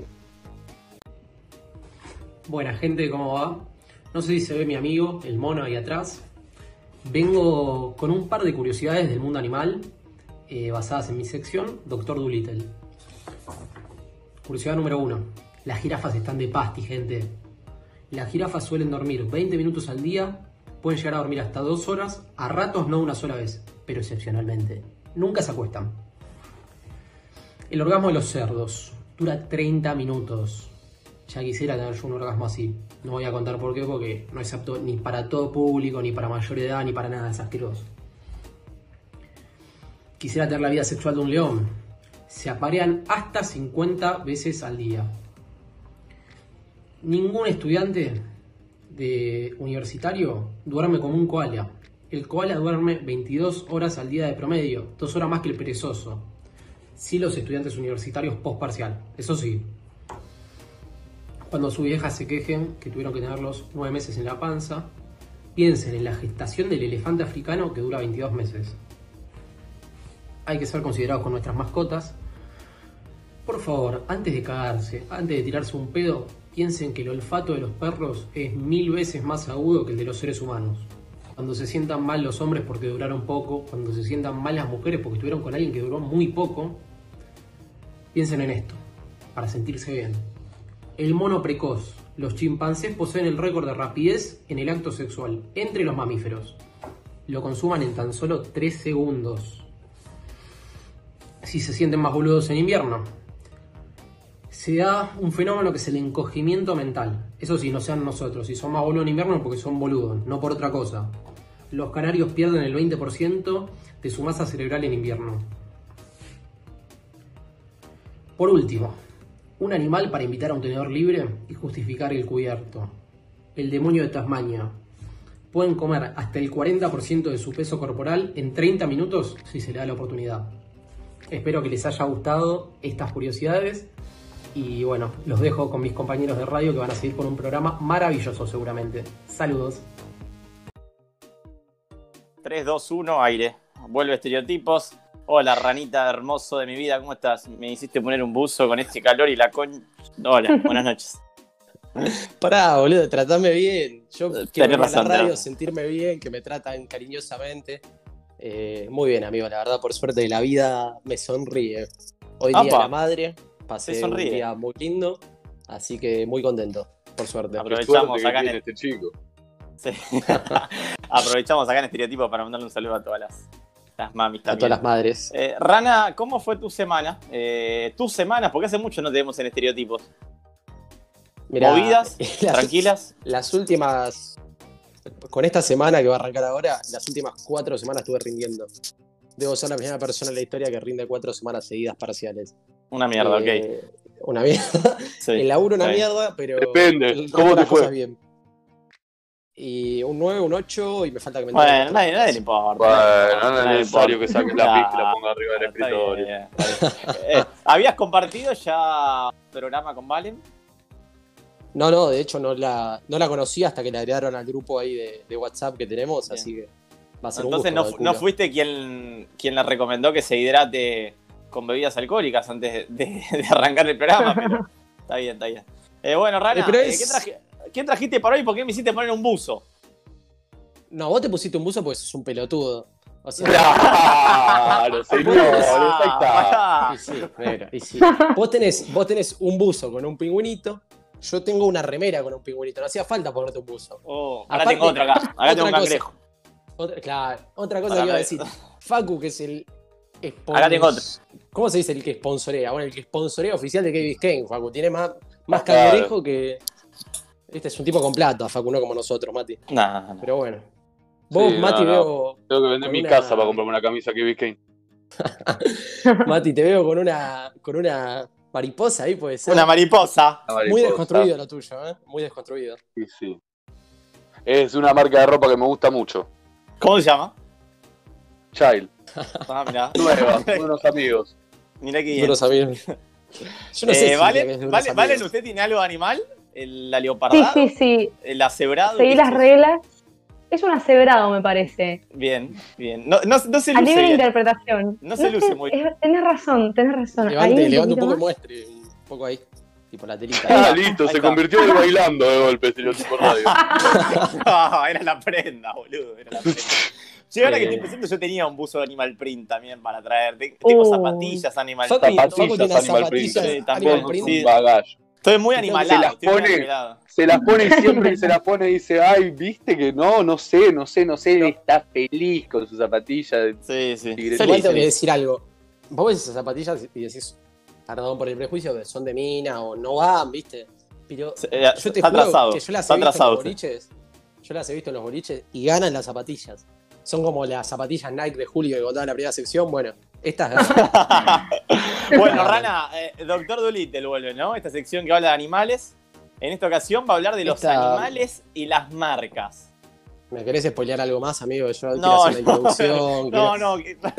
Buena gente, ¿cómo va? No sé si se ve mi amigo, el mono ahí atrás. Vengo con un par de curiosidades del mundo animal, eh, basadas en mi sección, Doctor Dolittle. Curiosidad número uno. Las jirafas están de pasti, gente. Las jirafas suelen dormir veinte minutos al día, pueden llegar a dormir hasta dos horas, a ratos no una sola vez, pero excepcionalmente. Nunca se acuestan. El orgasmo de los cerdos dura treinta minutos. Ya quisiera tener yo un orgasmo así. No voy a contar por qué, porque no es apto ni para todo público, ni para mayor edad, ni para nada, es asqueroso. Quisiera tener la vida sexual de un león. Se aparean hasta cincuenta veces al día. Ningún estudiante de universitario duerme como un koala. El koala duerme veintidós horas al día de promedio, dos horas más que el perezoso. Sí, los estudiantes universitarios postparcial, eso sí. Cuando sus viejas se quejen que tuvieron que tenerlos nueve meses en la panza, piensen en la gestación del elefante africano que dura veintidós meses. Hay que ser considerados con nuestras mascotas. Por favor, antes de cagarse, antes de tirarse un pedo, piensen que el olfato de los perros es mil veces más agudo que el de los seres humanos. Cuando se sientan mal los hombres porque duraron poco, cuando se sientan mal las mujeres porque estuvieron con alguien que duró muy poco, piensen en esto, para sentirse bien. El mono precoz. Los chimpancés poseen el récord de rapidez en el acto sexual entre los mamíferos. Lo consuman en tan solo tres segundos. Si se sienten más boludos en invierno, se da un fenómeno que es el encogimiento mental. Eso sí, no sean nosotros. Si son más boludos en invierno, porque son boludos, no por otra cosa. Los canarios pierden el veinte por ciento de su masa cerebral en invierno. Por último, un animal para invitar a un tenedor libre y justificar el cubierto. El demonio de Tasmania. Pueden comer hasta el cuarenta por ciento de su peso corporal en treinta minutos si se le da la oportunidad. Espero que les haya gustado estas curiosidades y bueno, los dejo con mis compañeros de radio que van a seguir con un programa maravilloso seguramente. Saludos. tres, dos, uno, aire. Vuelve Estereotipos. Hola, ranita hermoso de mi vida, ¿cómo estás? Me hiciste poner un buzo con este calor y la con... Hola, buenas noches. Pará, boludo, tratame bien. Yo quiero Tenés ir a la razón, radio, tenés. sentirme bien, que me tratan cariñosamente. Eh, muy bien, amigo, la verdad, por suerte, la vida me sonríe. Hoy día Apa. la madre, pasé Te un sonríe. día muy lindo, así que muy contento, por suerte. Aprovechamos acá en el... este chico. Sí. Aprovechamos acá en Estereotipos para mandarle un saludo a todas las Las mamis A también. todas las madres. Eh, Rana, ¿cómo fue tu semana? Eh, tus semanas, porque hace mucho no te vemos en estereotipos. Mirá, ¿Movidas? las- ¿Tranquilas? Las últimas. Con esta semana que va a arrancar ahora, las últimas cuatro semanas estuve rindiendo. Debo ser la primera persona en la historia que rinde cuatro semanas seguidas parciales. Una mierda, Eh, Una mierda. Sí, El laburo una está bien. mierda, pero. Depende, el resto ¿cómo de te las fue? cosas bien. Y un nueve, un ocho y me falta que me Bueno, entreguen nadie, otras nadie le cosas. importa. Bueno, no es Nadie necesario importa. que saques la pista y la ponga arriba del Está escritorio. bien, está bien. Eh, ¿Habías compartido ya programa con Valen? No, no, de hecho no la, no la conocí hasta que la agregaron al grupo ahí de, de WhatsApp que tenemos, Bien. así que va a ser un Entonces gusto, no, calculo. no fuiste quien, quien le recomendó que se hidrate con bebidas alcohólicas antes de, de arrancar el programa, pero está bien, está bien. Eh, bueno, Rana, Eh, pero eh, es- ¿qué, traje- qué trajiste para hoy? ¿Por qué me hiciste poner un buzo? No, vos te pusiste un buzo porque sos un pelotudo. O sea, Claro, señores, ahí está. Ah, y sí, pero, y sí. Vos tenés, vos tenés un buzo con un pingüinito, yo tengo una remera con un pingüinito, no hacía falta ponerte un buzo. oh, ahora Aparte, tengo otro acá. Acá otra tengo un cosa. cangrejo. Otra, claro, otra cosa Para que iba a ver. decir. Facu, que es el. spons- Acá tengo otro. ¿Cómo se dice el que sponsorea? Bueno, el que sponsorea oficial de Kevin Kane, Facu. Tiene más, más Claro. cangrejo que. Este es un tipo con plata, Facu, no como nosotros, Mati. Nah, nah. Pero bueno. Vos, Sí, Mati, no, no. veo. Tengo que vender con mi una- casa para comprarme una camisa que Kane. Mati, te veo con una. con una mariposa ahí, puede ser. Una mariposa. Una Muy mariposa. desconstruido lo tuyo, ¿eh? Muy desconstruido. Sí, sí. Es una marca de ropa que me gusta mucho. ¿Cómo se llama? Child. Ah, mirá. Nueva, unos amigos. Mirá qué Yo bien. no sabía. Yo no sé Eh, si ¿Valen, es de unos Valen- amigos. Valen, ¿usted tiene algo de animal? ¿El- ¿La Sí, leopardada? sí, sí. ¿El acebrado? Seguí ¿Qué las es? reglas. Es un aseverado, me parece. Bien, bien. No, no, no se A luce nivel de bien. interpretación. No se luce muy es- Tenés razón, tenés razón. Levante, Ahí levante un poquito poco y más. muestre. Un poco ahí. Tipo la telita. Ah, Ahí listo, se está. convirtió en bailando de golpe, estereotipo radio. No, era la prenda, boludo. Era la prenda. Yo ahora que Eh. estoy pensando, yo tenía un buzo de Animal Print también para traer. Te- Tengo Uh. zapatillas Animal Facu, Print. Facu tiene Zapatillas unas Animal Print. zapatillas Sí, también, Animal Print. sí. Un bagazo. Estoy muy Se animalado. las estoy muy pone- animalado. Se las pone siempre, se las pone y dice, ay, viste que no, no sé, no sé, no sé. Está feliz con sus zapatillas. Sí, sí. Tigre. Feliz, Igual tengo que feliz. decir algo. Vos ves esas zapatillas y decís, perdón por el prejuicio, que son de mina o no van, ¿viste? Pero Se- eh, yo te está juro atrasado. que yo las Está he visto en atrasado los usted. boliches. Yo las he visto en los boliches y ganan las zapatillas. Son como las zapatillas Nike de Julio que contaba en la primera sección. Bueno, estas ganan. Bueno, Rana, eh, Doctor Dolittle vuelve, ¿no? Esta sección que habla de animales. En esta ocasión va a hablar de los Esta- animales y las marcas. ¿Me querés spoilear algo más, amigo? Yo quiero No, hacer la no, introducción. no, quiero- no. que-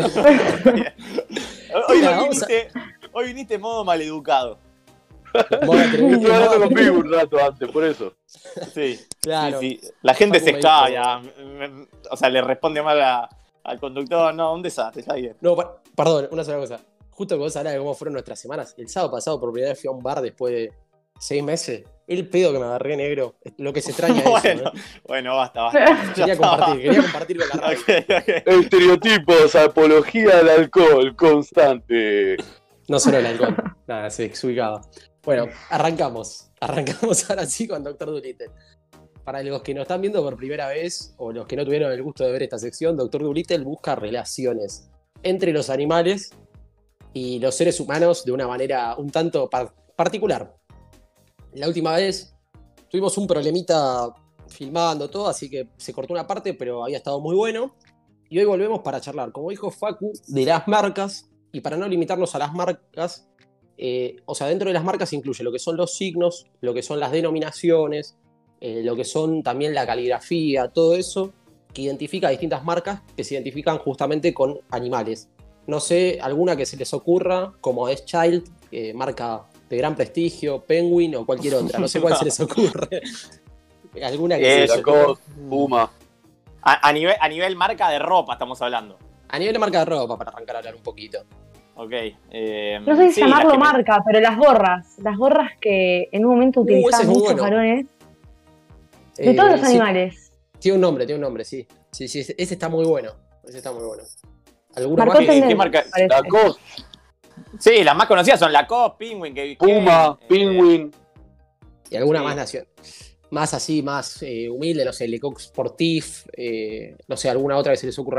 hoy, Mira, hoy vamos a- viniste, hoy viniste en modo maleducado. Modo atrevido, Estuve hablando modo con atrevido. Pigu un rato antes, por eso. Sí, Claro. sí, sí. La gente Facu se me escabia. me- O sea, le responde mal a- al conductor. No, un desastre, está bien. No, pa- perdón, una sola cosa. Justo que vos hablás de cómo fueron nuestras semanas. El sábado pasado, por primera vez, fui a un bar después de seis meses. El pedo que me agarré negro. Lo que se extraña es Bueno, eso. ¿eh? bueno, basta, basta. Quería compartir, quería compartir con la radio. Ok, ok. Estereotipos, apología al alcohol constante. No solo el alcohol. Nada, se desubicaba. Bueno, arrancamos. Arrancamos ahora sí con Doctor Dolittle. Para los que nos están viendo por primera vez, o los que no tuvieron el gusto de ver esta sección, Doctor Dolittle busca relaciones entre los animales y los seres humanos de una manera un tanto par- particular. La última vez tuvimos un problemita filmando todo, así que se cortó una parte, pero había estado muy bueno. Y hoy volvemos para charlar, como dijo Facu, de las marcas. Y para no limitarnos a las marcas, eh, o sea, dentro de las marcas incluye lo que son los signos, lo que son las denominaciones, eh, lo que son también la caligrafía, todo eso que identifica distintas marcas que se identifican justamente con animales. No sé, alguna que se les ocurra, como es Child, eh, marca de gran prestigio, Penguin o cualquier otra. No sé cuál se les ocurre. Alguna que Eh, se les ocurra. Lacoste, Puma. A, a nivel, a nivel marca de ropa estamos hablando. A nivel de marca de ropa, para arrancar a hablar un poquito. Ok. eh, No sé si sí, llamarlo las que me- marca, pero las gorras. Las gorras que en un momento Uh, ese utilizaban es muy muchos bueno. varones. De Eh, todos los sí, animales. tiene un nombre, tiene un nombre, sí. Sí, sí, ese, ese está muy bueno. Ese está muy bueno. ¿Alguno Marcó más? que- ¿Qué, tendencia, qué marca? me parece. Lacoste, Sí, las más conocidas son Lacoste, Penguin, que Puma, que- Penguin. Y alguna Sí. más nación. Más así, más eh, humilde, no sé, Lecoq Sportif, eh, no sé, alguna otra que se les ocurra.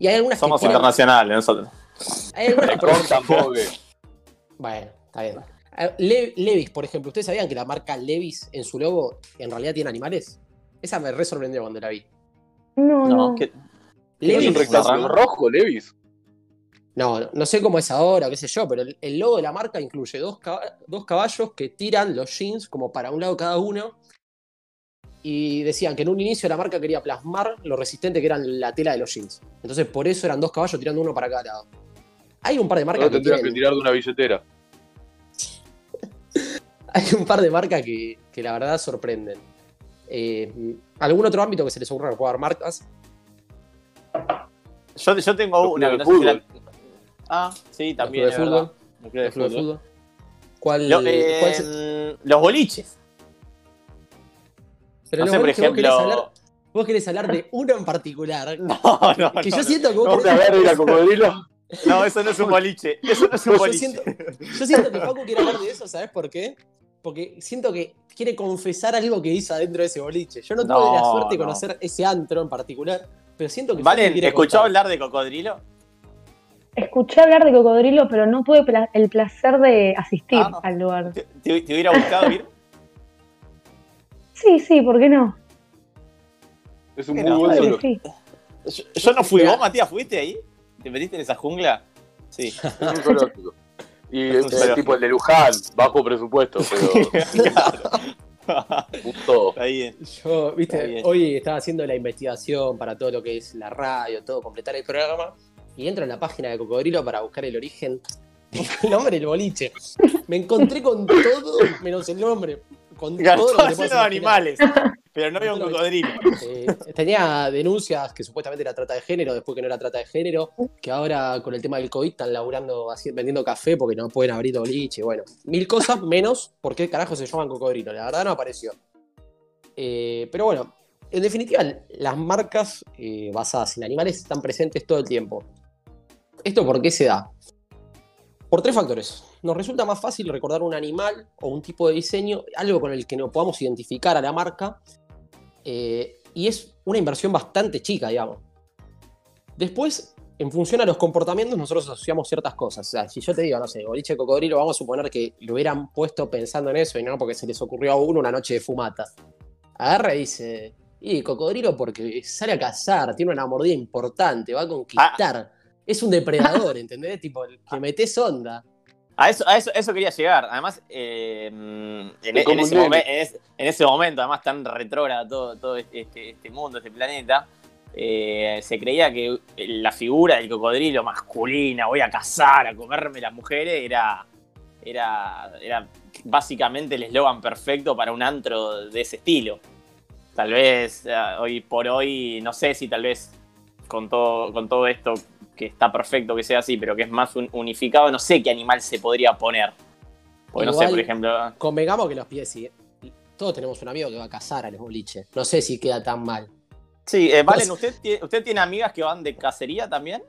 Y hay algunas Somos que tienen- internacionales nosotros. Hay algunas, por ejemplo- tampoco. Bueno, está bien. Eh, Le- Levi's, por ejemplo, ¿ustedes sabían que la marca Levi's en su logo en realidad tiene animales? Esa me re sorprendió cuando la vi. No, No, no. que ¿Es Levi's, un rectángulo rojo, Levis? no, no, no sé cómo es ahora, qué sé yo, pero el, el logo de la marca incluye dos, caba- dos caballos que tiran los jeans como para un lado cada uno. Y decían que en un inicio la marca quería plasmar lo resistente que eran la tela de los jeans. Entonces por eso eran dos caballos tirando uno para cada lado. Hay un par de marcas No que tendrían tienen- que tirar de una billetera. Hay un par de marcas que, que la verdad sorprenden. Eh, ¿Algún otro ámbito que se les ocurra jugar marcas? Yo, yo tengo Los una que clubes no de sé si la- fútbol. Ah, sí, también. Los es clubes de verdad. fútbol. Los clubes de Los clubes de fútbol. fútbol. ¿Cuál, Lo- eh, cuál se- Los boliches. Pero no los sé, por boliches, vos querés ejemplo- hablar, vos querés hablar de uno en particular. No, no, que no, yo no. siento que vos No, querés- ¿Una verde y la cocodrilo? No, eso no es un boliche. Eso no es un Yo boliche. siento, yo siento que Facu quiere hablar de eso, ¿sabes por qué? Porque siento que quiere confesar algo que hizo adentro de ese boliche. Yo no tuve No, la suerte de no. conocer ese antro en particular, pero siento que Valen, Facu quiere ¿escuchó contar. hablar de cocodrilo? Escuché hablar de cocodrilo, pero no tuve pla- el placer de asistir Ah. al lugar. ¿Te, te- te hubiera gustado ir? Sí, sí, ¿por qué no? Es un Qué muy no, buen Claro solo. que sí. Yo, yo no fui. Mirá. ¿Vos, Matías, fuiste ahí? ¿Te metiste en esa jungla? Sí. Es un zoológico. Y Es un es, zoológico. tipo el de Luján, bajo presupuesto, pero un todo. Está bien. Yo, Está viste, bien. hoy estaba haciendo la investigación para todo lo que es la radio, todo, completar el programa, y entro en la página de Cocodrilo para buscar el origen, el nombre del boliche. Me encontré con todo menos el nombre. Con todo lo Estaba que te puedas lleno de imaginar. animales, pero no había un cocodrilo. Eh, tenía denuncias que supuestamente era trata de género, después que no era trata de género, que ahora con el tema del COVID están laburando, así, vendiendo café porque no pueden abrir boliche, bueno, mil cosas menos por qué carajo se llaman cocodrilo, la verdad no apareció. Eh, pero bueno, en definitiva, las marcas eh, basadas en animales están presentes todo el tiempo. ¿Esto por qué se da? Por tres factores. Nos resulta más fácil recordar un animal o un tipo de diseño, algo con el que nos podamos identificar a la marca, eh, y es una inversión bastante chica, digamos. Después, en función a los comportamientos, nosotros asociamos ciertas cosas. O sea, si yo te digo, no sé, boliche de cocodrilo, vamos a suponer que lo hubieran puesto pensando en eso y no porque se les ocurrió a uno una noche de fumata. Agarra y dice, y cocodrilo porque sale a cazar, tiene una mordida importante, va a conquistar. Es un depredador, ¿entendés? Tipo, le metés onda. A eso, a eso, a eso quería llegar. Además, eh, en, en como un ese nene. momen- en, ese, en ese momento, además tan retrógrado todo, todo este, este mundo, este planeta, eh, se creía que la figura del cocodrilo masculina, voy a cazar, a comerme las mujeres, era, era, era básicamente el eslogan perfecto para un antro de ese estilo. Tal vez eh, hoy por hoy, no sé si tal vez con todo, con todo esto que está perfecto que sea así, pero que es más un unificado, no sé qué animal se podría poner. Porque no sé, Igual, por ejemplo... Convengamos que los pies, sí. Todos tenemos un amigo que va a cazar a los boliches. No sé si queda tan mal. Sí, eh, Valen, ¿usted, tie- ¿usted tiene amigas que van de cacería también?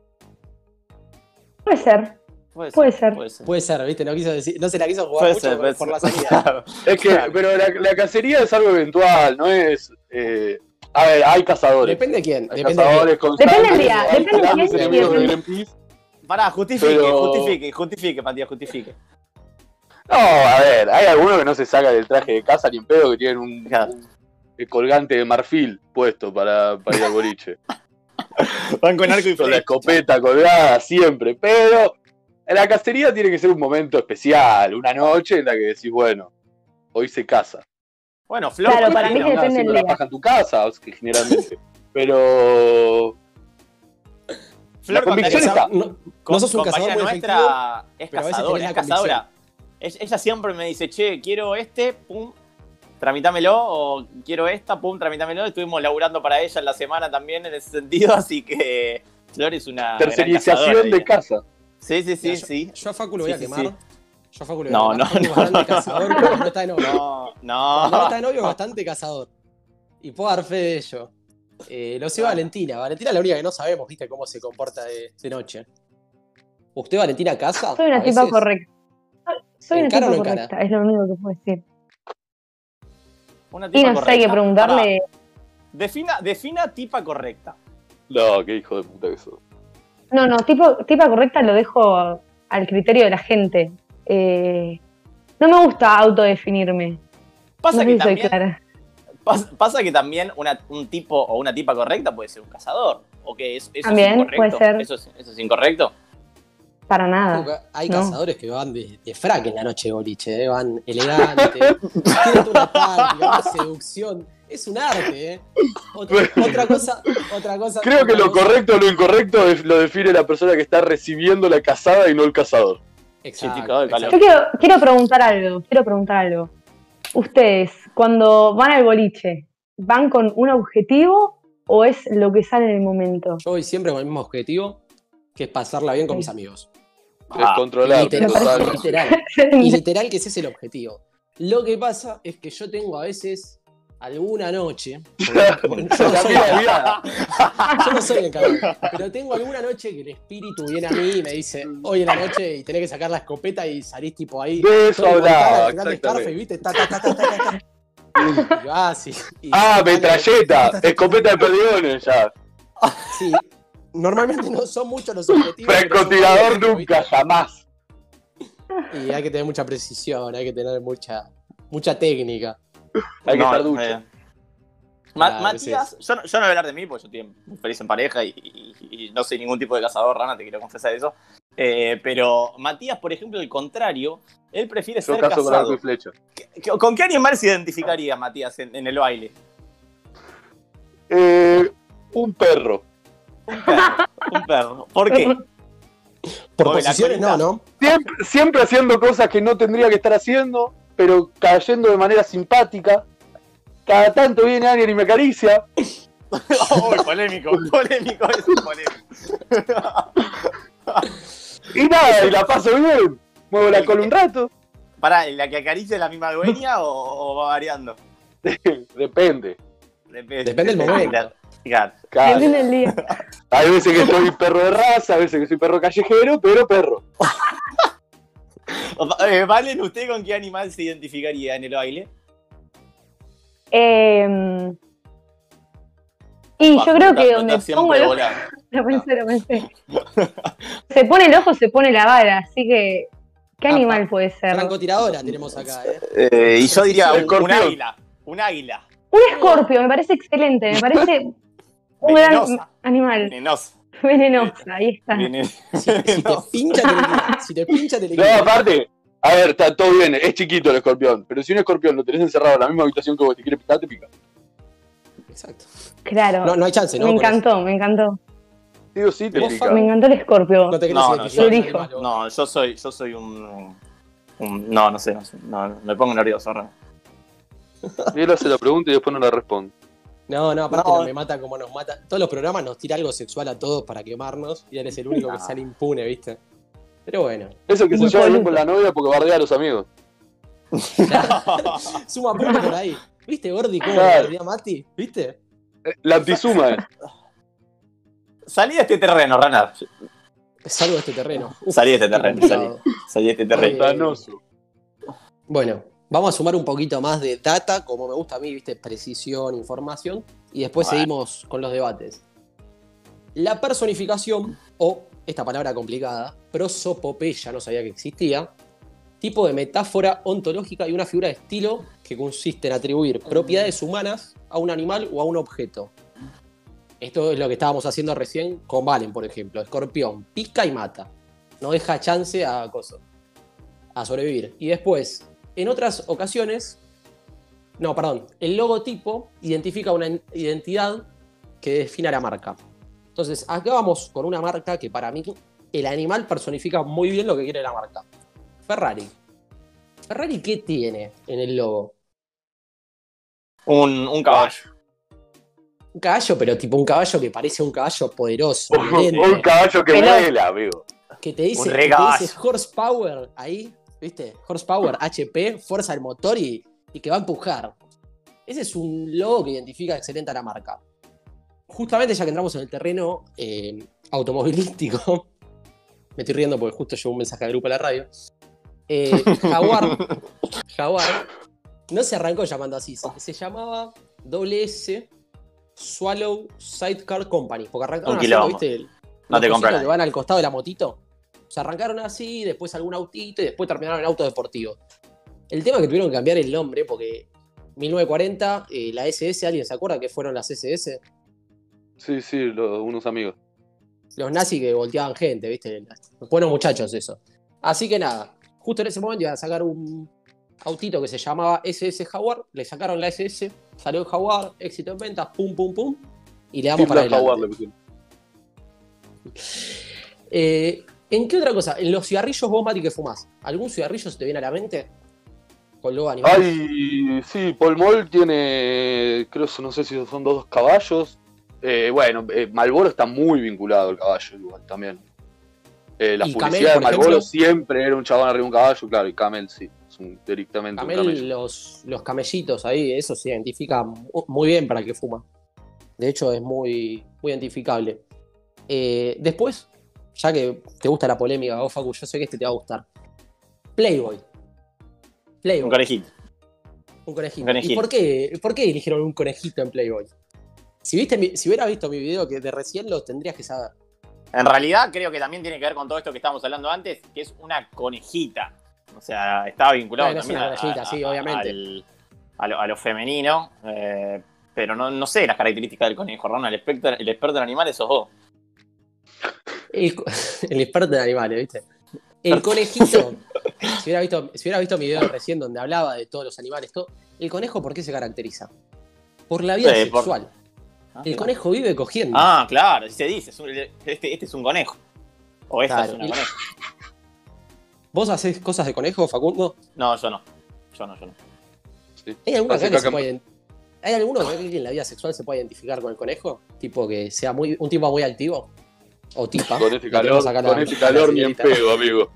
Puede ser. Puede Puede ser. Puede ser. Puede ser, ¿viste? No, quiso decir, no se la quiso jugar Puede mucho ser, puede por, por ser. la salida. Claro. Es que, pero la, la cacería es algo eventual, no es. eh, a ver, hay cazadores. Depende de quién. Hay Depende de cazadores quién. constantes. Depende del día, hay depende de grandes quién y enemigos de quién. Greenpeace. Pará, justifique, Pero- justifique, justifique, Matías, justifique. No, a ver, hay algunos que no se saca del traje de casa ni en pedo, que tienen un, Claro. un colgante de marfil puesto para, para ir al boliche. Van con arco y Con la flecha. escopeta colgada siempre, pero la cacería tiene que ser un momento especial, una noche en la que decís, bueno, hoy se caza. Bueno, Flor, Claro, ¿qué para mí opina? que Andás depende haciendo del la día. paja en tu casa, o sea, que generalmente. Pero Flor, la convicción contaría- está. No, no sos un compañera cazador muy nuestra es pero a veces cazadora, tenés es la cazadora. Ella, ella siempre me dice, che, quiero este, pum, tramitámelo, o quiero esta, pum, tramitámelo. Estuvimos laburando para ella en la semana también en ese sentido, así que Flor es una gran Tercerización cazadora, de diría. casa. Sí, sí, sí, Mira, yo, sí. yo a Facu lo voy Sí, a sí, quemar. sí. Yo a Facu lo voy No, a no, quemar. Facu es no, bastante no. cazador cuando no está de novio. No, Cuando no no. está de novio es bastante cazador. Y puedo dar fe de ello. Eh, lo sé Valentina. Valentina es la única que no sabemos, viste, cómo se comporta de, de noche. ¿Usted, Valentina, casa? Soy una a tipa veces? correcta. Soy ¿En una cara o tipa no en cara? correcta, es lo único que puedo decir. Una Y tipa no sé, hay que correcta. preguntarle. Pará. Defina, defina tipa correcta. No, qué hijo de puta que sos. No, no, tipo, tipa correcta lo dejo al criterio de la gente. Eh, no me gusta autodefinirme. Pasa no sé que si soy también, clara. Pasa, pasa que también una- un tipo o una tipa correcta puede ser un cazador. ¿O que es, eso También es incorrecto? puede ser. ¿Eso es, eso es incorrecto? Para nada. Como que Hay No. cazadores que van de, de frac en la noche de boliche, ¿eh? Van elegantes, tienen toda una táctica, una seducción. Es un arte, ¿eh? Otra, otra cosa, otra cosa. Creo que otra lo cosa- correcto o lo incorrecto es- lo define la persona que está recibiendo la cazada y no el cazador. Exacto, Chico de calor. Yo quiero, quiero preguntar algo, quiero preguntar algo. Ustedes, cuando van al boliche, ¿van con un objetivo o es lo que sale en el momento? Yo voy siempre con el mismo objetivo, que es pasarla bien con mis amigos. Es controlar. Literal, total. literal. Y literal que ese es el objetivo. Lo que pasa es que yo tengo a veces alguna noche. porque- Yo no soy yo no soy el cabrón, pero tengo alguna noche que el espíritu viene a mí y me dice, hoy en la noche y tenés que sacar la escopeta y salís tipo ahí. De eso todo hablaba, inmortal, al final de exactamente. Scarface, ¿viste? Ta, ta, ta, ta, ta, ta. Y yo, ah, sí. Y- Ah, metralleta, escopeta de perdigones ya. Sí. Normalmente no son muchos los objetivos. pero son Francotirador varios, nunca, jamás. ¿viste? Y hay que tener mucha precisión, hay que tener mucha, mucha técnica. Hay que No, estar ducho. eh, Ma- Claro, Matías, yo, no- yo no voy a hablar de mí porque yo estoy muy feliz en pareja y, y- y no soy ningún tipo de cazador, Rana, te quiero confesar eso. Eh, pero Matías, por ejemplo, el contrario, él prefiere Yo ser cazo con arco cazado. y flecha. ¿Qué- ¿Con qué animal se identificaría Matías en, en el baile? Eh, un perro. Un perro. Un perro. ¿Por qué? Por Oye, la posiciones no, colita. ¿no? Siempre, siempre haciendo cosas que no tendría que estar haciendo, pero cayendo de manera simpática. Cada tanto viene alguien y me acaricia. Uy, polémico, polémico, es polémico. Y nada, y la paso bien. Muevo la cola un rato. Pará, ¿la que acaricia es la misma dueña o, o va variando? Depende. Depende, Depende del momento. Claro. Claro. Depende del día. Hay veces que soy perro de raza, a veces que soy perro callejero, pero perro. Eh, Valen, ¿usted con qué animal se identificaría en el baile? Eh, y yo creo que donde Está pongo siempre el ojo, volando. lo pensé, lo pensé. Se pone el ojo, se pone la bala, así que ¿qué Ah, animal puede ser? Francotiradora tenemos acá, ¿eh? Eh, y yo diría un, un Escorpión. águila. Un águila. Un escorpio, me parece excelente, me parece un gran Venenosa. animal. Venenosa. Venenosa, ahí está. Venenosa. Si, si te pincha, te liquida. Si te pincha, te No, liquida. aparte, a ver, está todo bien, es chiquito el escorpión, pero si un escorpión lo tenés encerrado en la misma habitación que vos te quiere picar, te pica. Exacto. Claro. No, no hay chance, ¿no? Me Con encantó, me encantó. Sí o sí te Vos, pica. Me encantó el escorpio. No te querés No, no, identificar yo con elijo. animal, vos. No, yo soy, yo soy un, un- No, no sé, no sé. No, me pongo nervioso, Rana. Y él hace la pregunta y después no la responde. No, no, aparte No. no me mata como nos mata. Todos los programas nos tira algo sexual a todos para quemarnos y él es el único que No. sale impune, ¿viste? Pero bueno, Eso que se Un lleva bien polito. con la novia porque bardea a los amigos. suma punto por ahí. ¿Viste, Gordi, cómo Claro. perdía Mati? ¿Viste? Eh, La antisuma es. Salí de este terreno, Rana. Salgo de este terreno. Uf, Salí de este qué terreno, salí. complicado. Salí de este terreno. Danoso. Bueno, vamos a sumar un poquito más de data, como me gusta a mí, ¿viste? Precisión, información. Y después Bueno. seguimos con los debates. La personificación, o esta palabra complicada, prosopopeya, no sabía que existía, tipo de metáfora ontológica y una figura de estilo que consiste en atribuir propiedades humanas a un animal o a un objeto. Esto es lo que estábamos haciendo recién con Valen, por ejemplo. Escorpión, pica y mata. No deja chance a, coso, a sobrevivir. Y después, en otras ocasiones, no, perdón, el logotipo identifica una identidad que define a la marca. Entonces, acá vamos con una marca que para mí el animal personifica muy bien lo que quiere la marca. Ferrari. ¿Ferrari qué tiene en el logo? Un, un caballo. Un caballo, pero tipo un caballo que parece un caballo poderoso. Un, evidente, un caballo que Pero- vuela, amigo. que te dice, un que re te caballo. dice horsepower ahí, ¿viste? Horsepower, H P, fuerza del motor y, y que va a empujar. Ese es un logo que identifica excelente a la marca. Justamente ya que entramos en el terreno eh, automovilístico, me estoy riendo porque justo llegó un mensaje al grupo de la radio. Eh, Jaguar, Jaguar no se arrancó llamando así, se, se llamaba doble S Swallow Sidecar Company. Porque arrancaron Un haciendo, quilombo. ¿viste? el- No los te compra cositos nadie. que van al costado de la motito. Se arrancaron así, después algún autito y después terminaron en auto deportivo. El tema es que tuvieron que cambiar el nombre porque mil novecientos cuarenta, eh, la S S, ¿alguien se acuerda qué fueron las S S? Sí, sí, lo- unos amigos. Los nazis que volteaban gente, ¿viste? Buenos muchachos eso. Así que nada, justo en ese momento iban a sacar un autito que se llamaba S S Jaguar, le sacaron la S S, salió el Jaguar, éxito en ventas, pum, pum, pum, y le damos Sí, para Black Jaguar adelante. le pusieron. Eh, ¿En qué otra cosa? En los cigarrillos vos, Mati, que fumás, ¿algún cigarrillo se te viene a la mente? Con logo animal. Ay, sí, Paul Mall tiene, creo, no sé si son dos caballos. Eh, bueno, eh, Marlboro está muy vinculado al caballo igual también. Eh, la ¿Y publicidad Camel, de por Marlboro ejemplo? siempre era un chabón arriba de un caballo, claro, y Camel sí, es un, directamente un Camel, camello. los, los camellitos ahí, eso se identifica mu- muy bien para el que fuma. De hecho, es muy, muy identificable. Eh, después, ya que te gusta la polémica, vos, Facu, yo sé que este te va a gustar. Playboy. Playboy. Un conejito. Un conejito. Un conejito. ¿Y por qué, por qué eligieron un conejito en Playboy? Si, viste mi- si hubieras visto mi video que de recién lo tendrías que saber. En realidad creo que también tiene que ver con todo esto que estábamos hablando antes, que es una conejita. O sea, estaba vinculado Bueno, es también una a, conejita, a- sí, a- obviamente. al- a lo, a lo femenino. eh, pero no, no sé las características del conejo, Ronald. El experto, el experto en animales sos vos. El, co- el experto en animales, ¿viste? El conejito. Si hubiera, visto, si hubiera visto mi video recién donde hablaba de todos los animales, todo, el conejo, ¿por qué se caracteriza? Por la vida Sí, por- sexual. Ah, El claro. conejo vive cogiendo. Ah, claro, así se dice. es un- este, este es un conejo. O esta Claro, es una y- coneja. ¿Vos hacés cosas de conejo, Facundo? No, yo no. Yo no, yo no. ¿Hay alguno Hace acá que se caca- puede, ¿Hay alguno acá que en la vida sexual se puede identificar con el conejo? Tipo que sea muy, un tipo muy activo. O tipa. Con este La tenemos calor, acá la- con este la calor ni en señorita. pedo, amigo.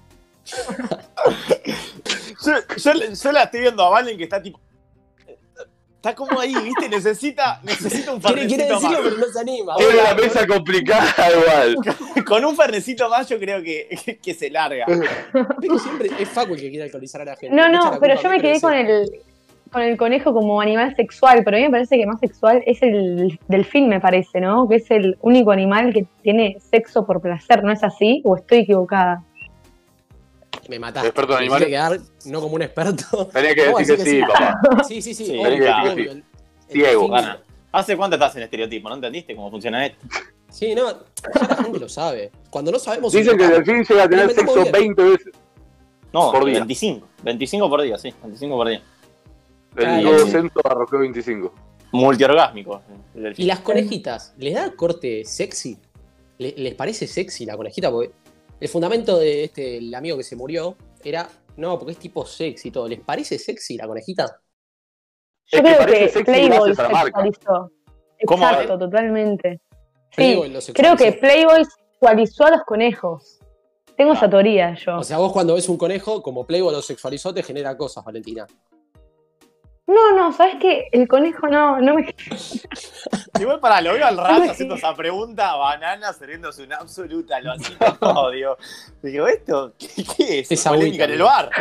Yo, yo- yo la estoy viendo a Valen que está tipo. Está como ahí, ¿viste? Necesita, necesita un Quiere, quiere fernecito decirlo, más. pero no se anima. Tiene la mesa complicada igual. Con un fernecito más yo creo que, que, que se larga. Pero siempre es Facu el que quiere alcoholizar a la gente. No, Me echa no, la pero culpa yo a mí, me quedé sí. con el, con el conejo como animal sexual, pero a mí me parece que más sexual es el delfín, me parece, ¿no? Que es el único animal que tiene sexo por placer, ¿no es así? ¿O estoy equivocada? Me mataste. Experto en Me animales. hiciste quedar no como un experto. Tenés que ¿Cómo decir que sí, papá. Sí, sí, sí. Sí, obvio, tenés que decir que obvio. sí. El- el Ciego. delfín- Gana. ¿Hace cuánto estás en estereotipo? ¿No entendiste cómo funciona esto? Sí, no, ya la gente lo sabe. Cuando no sabemos. Dicen que el delfín llega a tener Lo inventamos sexo bien. veinte veces. No, Por día. veinticinco. veinticinco por día, sí. veinticinco por día. El Ay, todo sí. centro arrojó veinticinco. Multiorgásmico. el delfín. ¿Y las conejitas? ¿Les da corte sexy? ¿Le- ¿Les parece sexy la conejita? Porque el fundamento de este, el amigo que se murió era, no, porque es tipo sexy y todo. ¿Les parece sexy la conejita? Yo Es que creo parece que, sexy Playboy gracias a la marca. sexualizó. ¿Cómo? Exacto, totalmente. Sí, Playboy lo creo que sexualizó. Playboy sexualizó a los conejos. Tengo esa teoría yo. O sea, vos cuando ves un conejo, como Playboy lo sexualizó, te genera cosas, Valentina. No, no, ¿sabes qué? El conejo no, no me... Igual para lo veo al No rato me- haciendo esa pregunta, banana, serviéndose una absoluta, lo así todo, digo. Digo, ¿esto? ¿Qué, qué es? Esa ¿Polémica agüita, en el bar?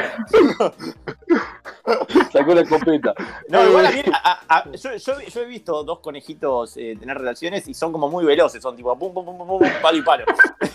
Sacó la escopeta. No, igual a mí, a- a- yo, yo- yo he visto dos conejitos eh, tener relaciones y son como muy veloces, son tipo pum, pum, pum, pum, pum, palo y palo.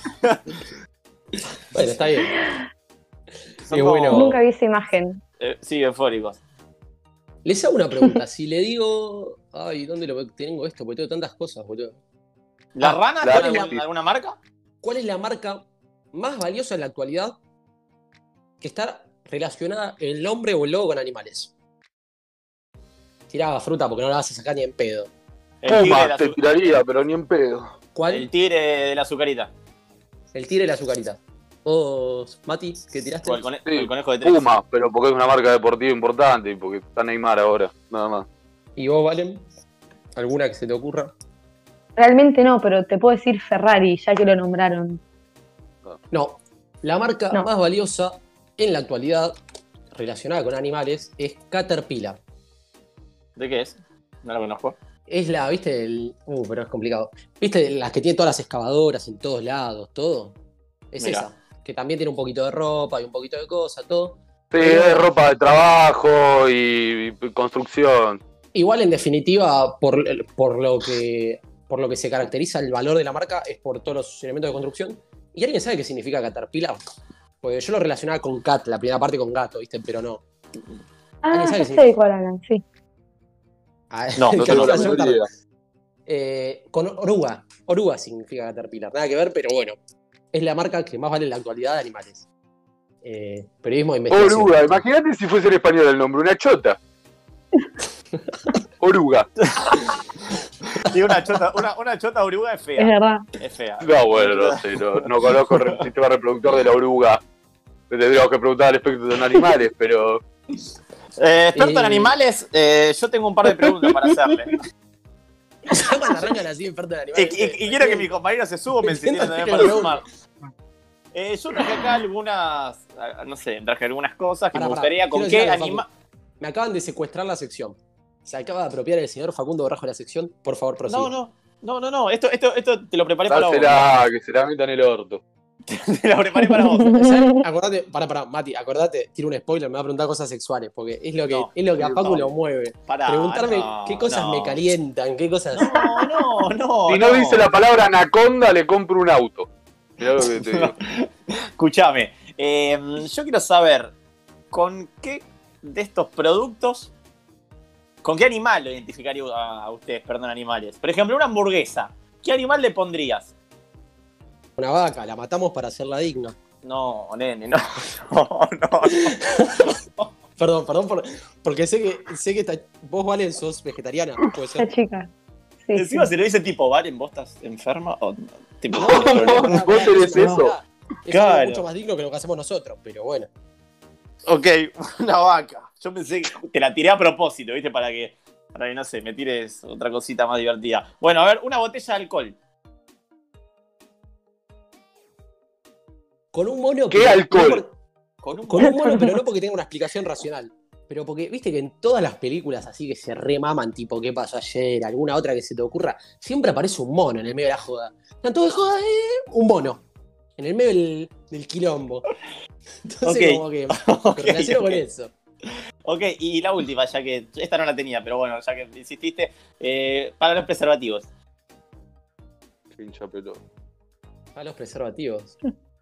Bueno, está bien. Son Qué como- bueno. Nunca vi esa imagen. eh, sí, eufóricos. Les hago una pregunta. Si le digo. Ay, ¿dónde lo tengo esto? Porque tengo tantas cosas, boludo. ¿La Ah, rana la tiene rana. alguna marca? ¿Cuál es la marca más valiosa en la actualidad que está relacionada el nombre o el logo con animales? Tiraba fruta porque no la vas a sacar ni en pedo. El tigre, de Puma la, te azu- tiraría, pero ni en pedo. ¿Cuál? el tigre de la azucarita. El tigre y la azucarita. ¿Vos, Mati, que tiraste? O el, cone- Sí, el conejo de tres. Puma, pero porque es una marca deportiva importante y porque está Neymar ahora, nada más. ¿Y vos, Valen? ¿Alguna que se te ocurra? Realmente no, pero te puedo decir Ferrari, ya que lo nombraron. No. La marca No. más valiosa en la actualidad relacionada con animales es Caterpillar. ¿De qué es? No la conozco. Es la, ¿viste? El, uh, pero es complicado. ¿Viste? Las que tiene todas las excavadoras en todos lados, todo. Es Mirá. esa. Que también tiene un poquito de ropa y un poquito de cosas, todo. Sí, es ropa de trabajo y, y construcción. Igual, en definitiva, por, por, lo que, por lo que se caracteriza el valor de la marca es por todos los elementos de construcción. ¿Y alguien sabe qué significa Caterpillar? Porque yo lo relacionaba con cat, la primera parte con gato, ¿viste? Pero no. Ah, ya sé de cuál hablan, sí. Ah, No, no tengo la menor idea. Eh, con oruga. Oruga significa Caterpillar. Nada que ver, pero bueno. Es la marca que más vale en la actualidad de animales. Eh, periodismo de investigación. Oruga, imagínate si fuese en español el nombre, una chota. Oruga. Y una chota, una, una chota oruga es fea. Es verdad. Es fea. No, bueno, no sé, no, no conozco el sistema reproductor de la oruga. Tendríamos que preguntar al experto en animales, pero... Eh, experto Eh. en animales, eh, yo tengo un par de preguntas para hacerle. Cuando arrancan así, experto en Y, animales. y- y quiero que mis compañeros se suban, me Entiendo también que para lo sumar. Eh, yo traje acá algunas, ah, no sé, traje algunas cosas que Pará, me pará, gustaría con quiero qué decir algo, anima... Facu. Me acaban de secuestrar la sección. Se acaba de apropiar el señor Facundo Borrajo de la sección. Por favor, prosiga. No, no, no, no, no, esto, esto, esto te lo preparé para vos. Dásela, que se la metan en el orto. Te lo preparé para vos. Acordate, pará, pará, Mati, acordate, tiro un spoiler, me va a preguntar cosas sexuales, porque es lo que, No, es lo que a no. Facu lo mueve. Pará, Preguntarme no, qué cosas no. me calientan, qué cosas. No, no, no. Si no dice la palabra anaconda, le compro un auto. Mirá lo que te digo. Escuchame, eh, yo quiero saber con qué de estos productos, con qué animal lo identificaría a, a ustedes, perdón, animales. Por ejemplo, una hamburguesa. ¿Qué animal le pondrías? Una vaca, la matamos para hacerla digna. No, nene, no, no, no. no. Perdón, perdón, por- porque sé que, sé que esta- vos, Valen, sos vegetariana, puede Esta ser. chica. Sí, Encima sí. se lo dice tipo, Valen, ¿vos estás enferma? O, tipo, No, no, no, no, no, ¿Vos no, tenés no, eso? no, Es Claro. algo mucho más digno que lo que hacemos nosotros, pero bueno. Ok, una vaca. Yo pensé que te la tiré a propósito, ¿viste? Para que, para que no sé, me tires otra cosita más divertida. Bueno, a ver, una botella de alcohol. Con un mono. ¿Qué pero- alcohol? no por- Con un Con un mono, pero no porque tenga una explicación racional. Pero porque, viste que en todas las películas así que se remaman, tipo ¿qué pasó ayer? Alguna otra que se te ocurra, siempre aparece un mono en el medio de la joda. Están todos de joda, eh, un mono. En el medio del, del quilombo. Entonces, Ok. como que Ok, me relaciono ok. con eso. Ok, y la última, ya que esta no la tenía, pero bueno, ya que insististe, eh, para los preservativos. Pincha pelota. A los preservativos.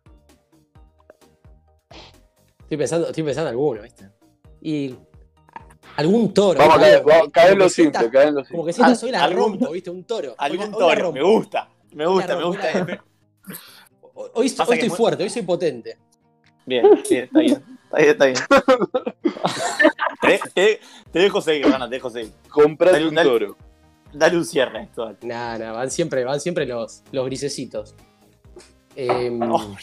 Estoy pensando, estoy pensando en alguno, ¿viste? Y algún toro. Vamos a ¿viste? caer, vamos a Como caer en que lo sienta- simple, caer en lo Como simple. que sienta Al- soy la algún- rompo, ¿viste? Un toro. Hoy la- Algún hoy la toro, rompo. me gusta, me Hoy gusta, la me rompo, gusta. hoy la- Hoy, hoy Pasa estoy que mu- fuerte, hoy soy potente. Bien, bien, está bien, está bien, está bien. te, te- te dejo seguir, Rana, te dejo seguir. Comprate Dale, un dale. toro. Dale un cierre a esto. dale. Nah, nah, van siempre, van siempre los, los grisecitos. Em, Oh,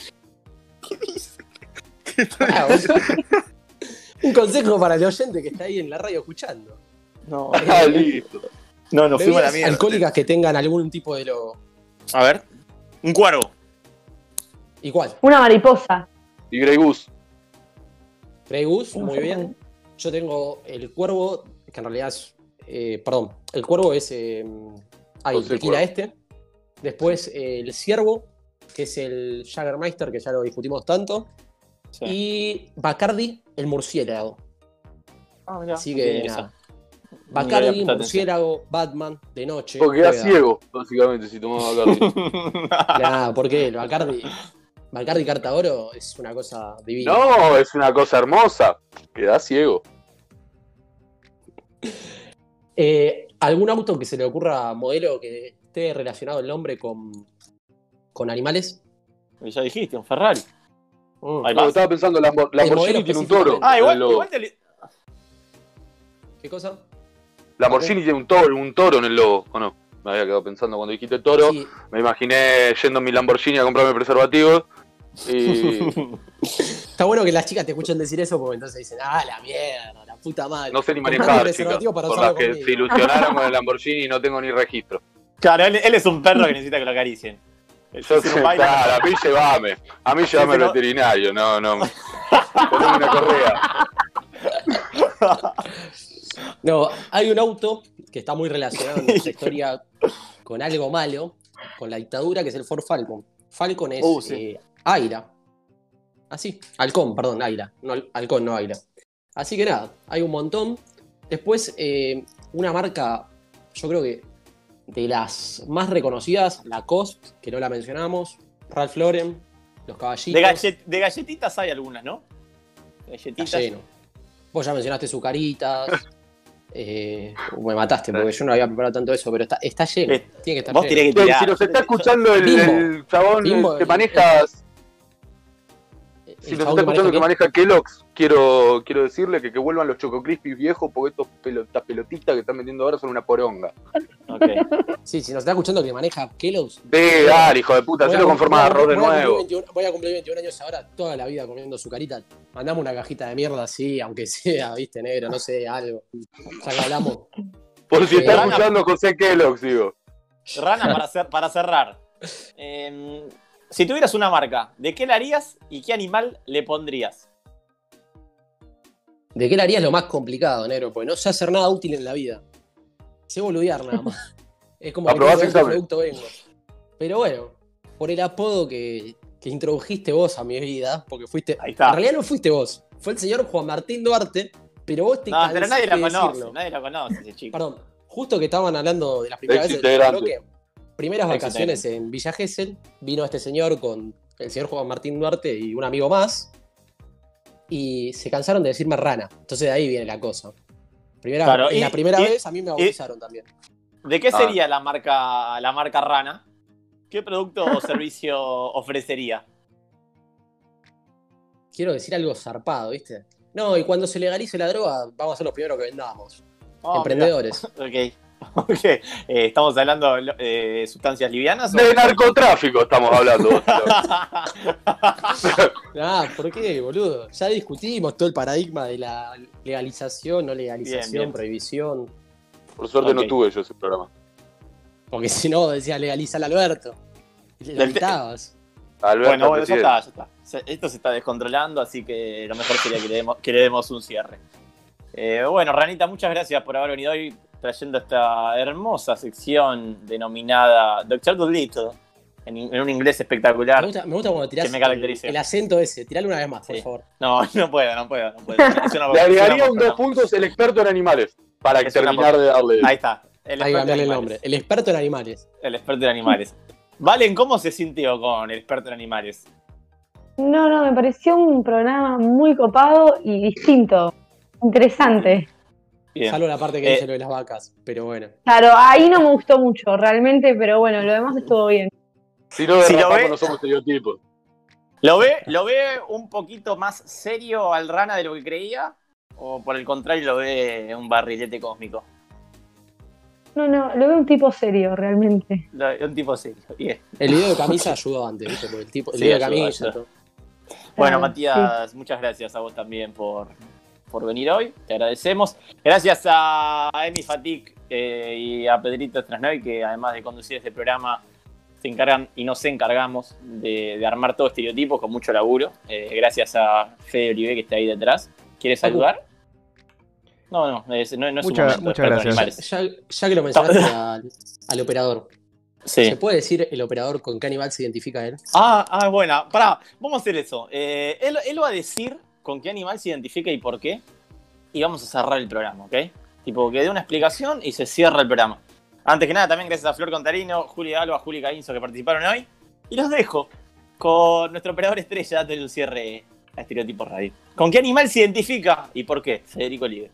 ah, vos- un consejo para el oyente que está ahí en la radio escuchando. No, Ah, listo. no, nos fuimos a la Bebidas mierda. alcohólicas que tengan algún tipo de logo. A ver, un cuervo. ¿Y cuál? Una mariposa. Y Grey Goose. Grey Goose, muy bien. Yo tengo el cuervo, que en realidad es. eh, perdón, el cuervo es. Eh, ah, el José tequila Cuervo. este. Después eh, el ciervo, que es el Jägermeister, que ya lo discutimos tanto. Sí. Y Bacardi, el murciélago. Ah, mirá, Así no que tenía nada. esa. No le Bacardi, había prestado murciélago, Batman, de noche. Porque queda juega. ciego, básicamente, si tomaba Bacardi. Nah, ¿por qué? El Bacardi. Bacardi Carta Oro es una cosa divina. No, es una cosa hermosa. Queda ciego. Eh, ¿Algún auto que se le ocurra modelo que esté relacionado el nombre con, con animales? Y ya dijiste, un Ferrari. Mm. Hay No, más. estaba pensando, Lambo- Lamborghini modelo tiene un toro. específicamente. Ah, igual, en el logo. igual te li- ¿Qué cosa? Lamborghini tiene un toro, un toro en el logo, ¿o no? Me había quedado pensando cuando dijiste toro. Sí. Me imaginé yendo en mi Lamborghini a comprarme preservativos. Y Está bueno que las chicas te escuchen decir eso porque entonces dicen, ah, la mierda, la puta madre. no sé ni Comprame manejar, chicas. preservativo para Por usarlo las que conmigo. se ilusionaron con el Lamborghini y no tengo ni registro. Claro, él, él es un perro que necesita que lo acaricien. Yo Si sé, no baila, claro, a mí llévame. A mí llévame al no- veterinario, no, no. Poneme una correa. No, hay un auto que está muy relacionado en nuestra historia con algo malo, con la dictadura, que es el Ford Falcon. Falcon es Uh, sí. eh, Aira. Así, halcón, perdón, Aira. No, halcón, no Aira. Así que nada, hay un montón. Después, eh, una marca, yo creo que de las más reconocidas, Lacoste, que no la mencionamos, Ralph Lauren, los caballitos. De, gallet, de galletitas hay algunas, ¿no? Galletitas. Está lleno. Vos ya mencionaste Zucaritas. eh, me mataste porque yo no había preparado tanto eso, pero está, está lleno. Eh, Tiene que estar vos lleno. tiré que tirar. Si nos está escuchando el, Bimbo. el chabón Bimbo, que el- maneja... El Si nos chabón está escuchando que que maneja maneja Kellogg's, quiero, quiero decirle que, que vuelvan los Choco Crispies viejos porque estos pelo- estas pelotitas que están metiendo ahora son una poronga. Okay. qué. Sí, si nos está escuchando que maneja Kellogg's. Ve, dale, hijo de puta, voy a hacelo con cum- forma de voy a- arroz de voy a cumplir nuevo. veintiuno voy a cumplir veintiún años ahora, toda la vida comiendo Zucarita. Mandame una cajita de mierda así, aunque sea, viste, negro, no sé, algo. Ya que hablamos. Por si Eh, está Rana- escuchando José Kellogg's, digo. Rana, para, cer- para cerrar. Eh, si tuvieras una marca, ¿de qué la harías y qué animal le pondrías? ¿De qué la harías lo más complicado, negro? Porque no sé hacer nada útil en la vida. Sé boludear nada más. Es como que Aprobás tengo que ver qué examen. producto vengo. Pero bueno, por el apodo que, que introdujiste vos a mi vida, porque fuiste. Ahí está. En realidad no fuiste vos, fue el señor Juan Martín Duarte, pero vos te No, pero nadie la cansaste de conoce, decirlo. nadie la conoce ese chico. Perdón, justo que estaban hablando de las primeras Ex veces del integrante. bloque, primeras Ex vacaciones en Villa Gesell, vino este señor con el señor Juan Martín Duarte y un amigo más, y se cansaron de decirme rana. Entonces de ahí viene la cosa. Primera, Claro, en y- la primera y- vez a mí me bautizaron también. ¿De qué Ah. sería la marca, la marca Rana? ¿Qué producto o servicio ofrecería? Quiero decir algo zarpado, ¿viste? No, y cuando se legalice la droga, vamos a ser los primeros que vendamos. Oh, Emprendedores. Ok. Ok. Eh, ¿Estamos hablando de eh, sustancias livianas? o- De narcotráfico estamos hablando. Ah, ¿por qué, boludo? Ya discutimos todo el paradigma de la legalización, no legalización, Bien, bien. prohibición. Por suerte Ok. no tuve yo ese programa. Porque si no, decía legaliza al Alberto. Y le Del- gritabas. Alberto, Bueno, bueno, ya presidente. está, ya está. Se- Esto se está descontrolando, así que lo mejor sería que le demos, que le demos un cierre. Eh, bueno, Ranita, muchas gracias por haber venido hoy trayendo esta hermosa sección denominada doctor Dolittle, en, en un inglés espectacular. Me gusta, me gusta cuando tirás Que me el, caracterice. el acento ese. Tiralo una vez más, por Sí. favor. No, no puedo, no puedo, no puedo. Es una- Le es agregaría una- un dos puntos el experto en animales para Es una terminar por- de darle. Ahí está. El Hay experto que en cambiarle el animales. nombre. El experto en animales. El experto en animales. Valen, ¿cómo se sintió con el experto en animales? No, no, me pareció un programa muy copado y distinto. Interesante. Bien. Salvo la parte que Eh, dice lo de las vacas. Pero bueno. Claro, ahí no me gustó mucho, realmente, pero bueno, lo demás estuvo bien. Si no Si lo derrapamos, ve- no somos estereotipos. ¿Lo ve, ¿Lo ve un poquito más serio al Rana de lo que creía? ¿O por el contrario lo ve un barrilete cósmico? No, no, lo veo un tipo serio, realmente. Lo ve un tipo serio. Bien. El video de camisa ayudó antes, ¿viste? Porque el, tipo, el Sí, video de ayudó, camisa. ayudó. todo. Bueno, Ah, Matías, muchas gracias a vos también por, por venir hoy. Te agradecemos. Gracias a Emi Fatik eh, y a Pedrito Strasnoy, que además de conducir este programa, se encargan y nos encargamos de, de armar todo estereotipos con mucho laburo. Eh, gracias a Fede Olivé, que está ahí detrás. ¿Quieres saludar? No, no, es, no, no es Muchas- un momento. muchas experto en gracias. animales. Ya, ya que lo mencionaste al, al operador, Sí. ¿se puede decir el operador con qué animal se identifica él? Ah, ah, bueno, pará, vamos a hacer eso. Eh, él, él va a decir con qué animal se identifica y por qué, y vamos a cerrar el programa, ¿ok? Tipo, que dé una explicación y se cierra el programa. Antes que nada, también gracias a Flor Contarino, Juli Alba, Juli Caínzo que participaron hoy. Y los dejo con nuestro operador estrella dándole un cierre a Estereotipo Radio. ¿Con qué animal se identifica y por qué? Federico Olive.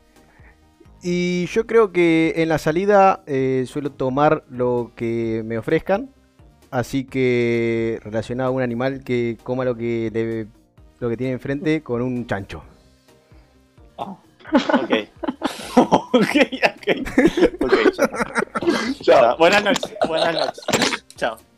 Y yo creo que en la salida eh, suelo tomar lo que me ofrezcan. Así que relacionado a un animal que coma lo que, le- lo que tiene enfrente con un chancho. Ah, ok. ok, ok. Ok, ya está. Chao. Buenas noches, buenas noches. Chao.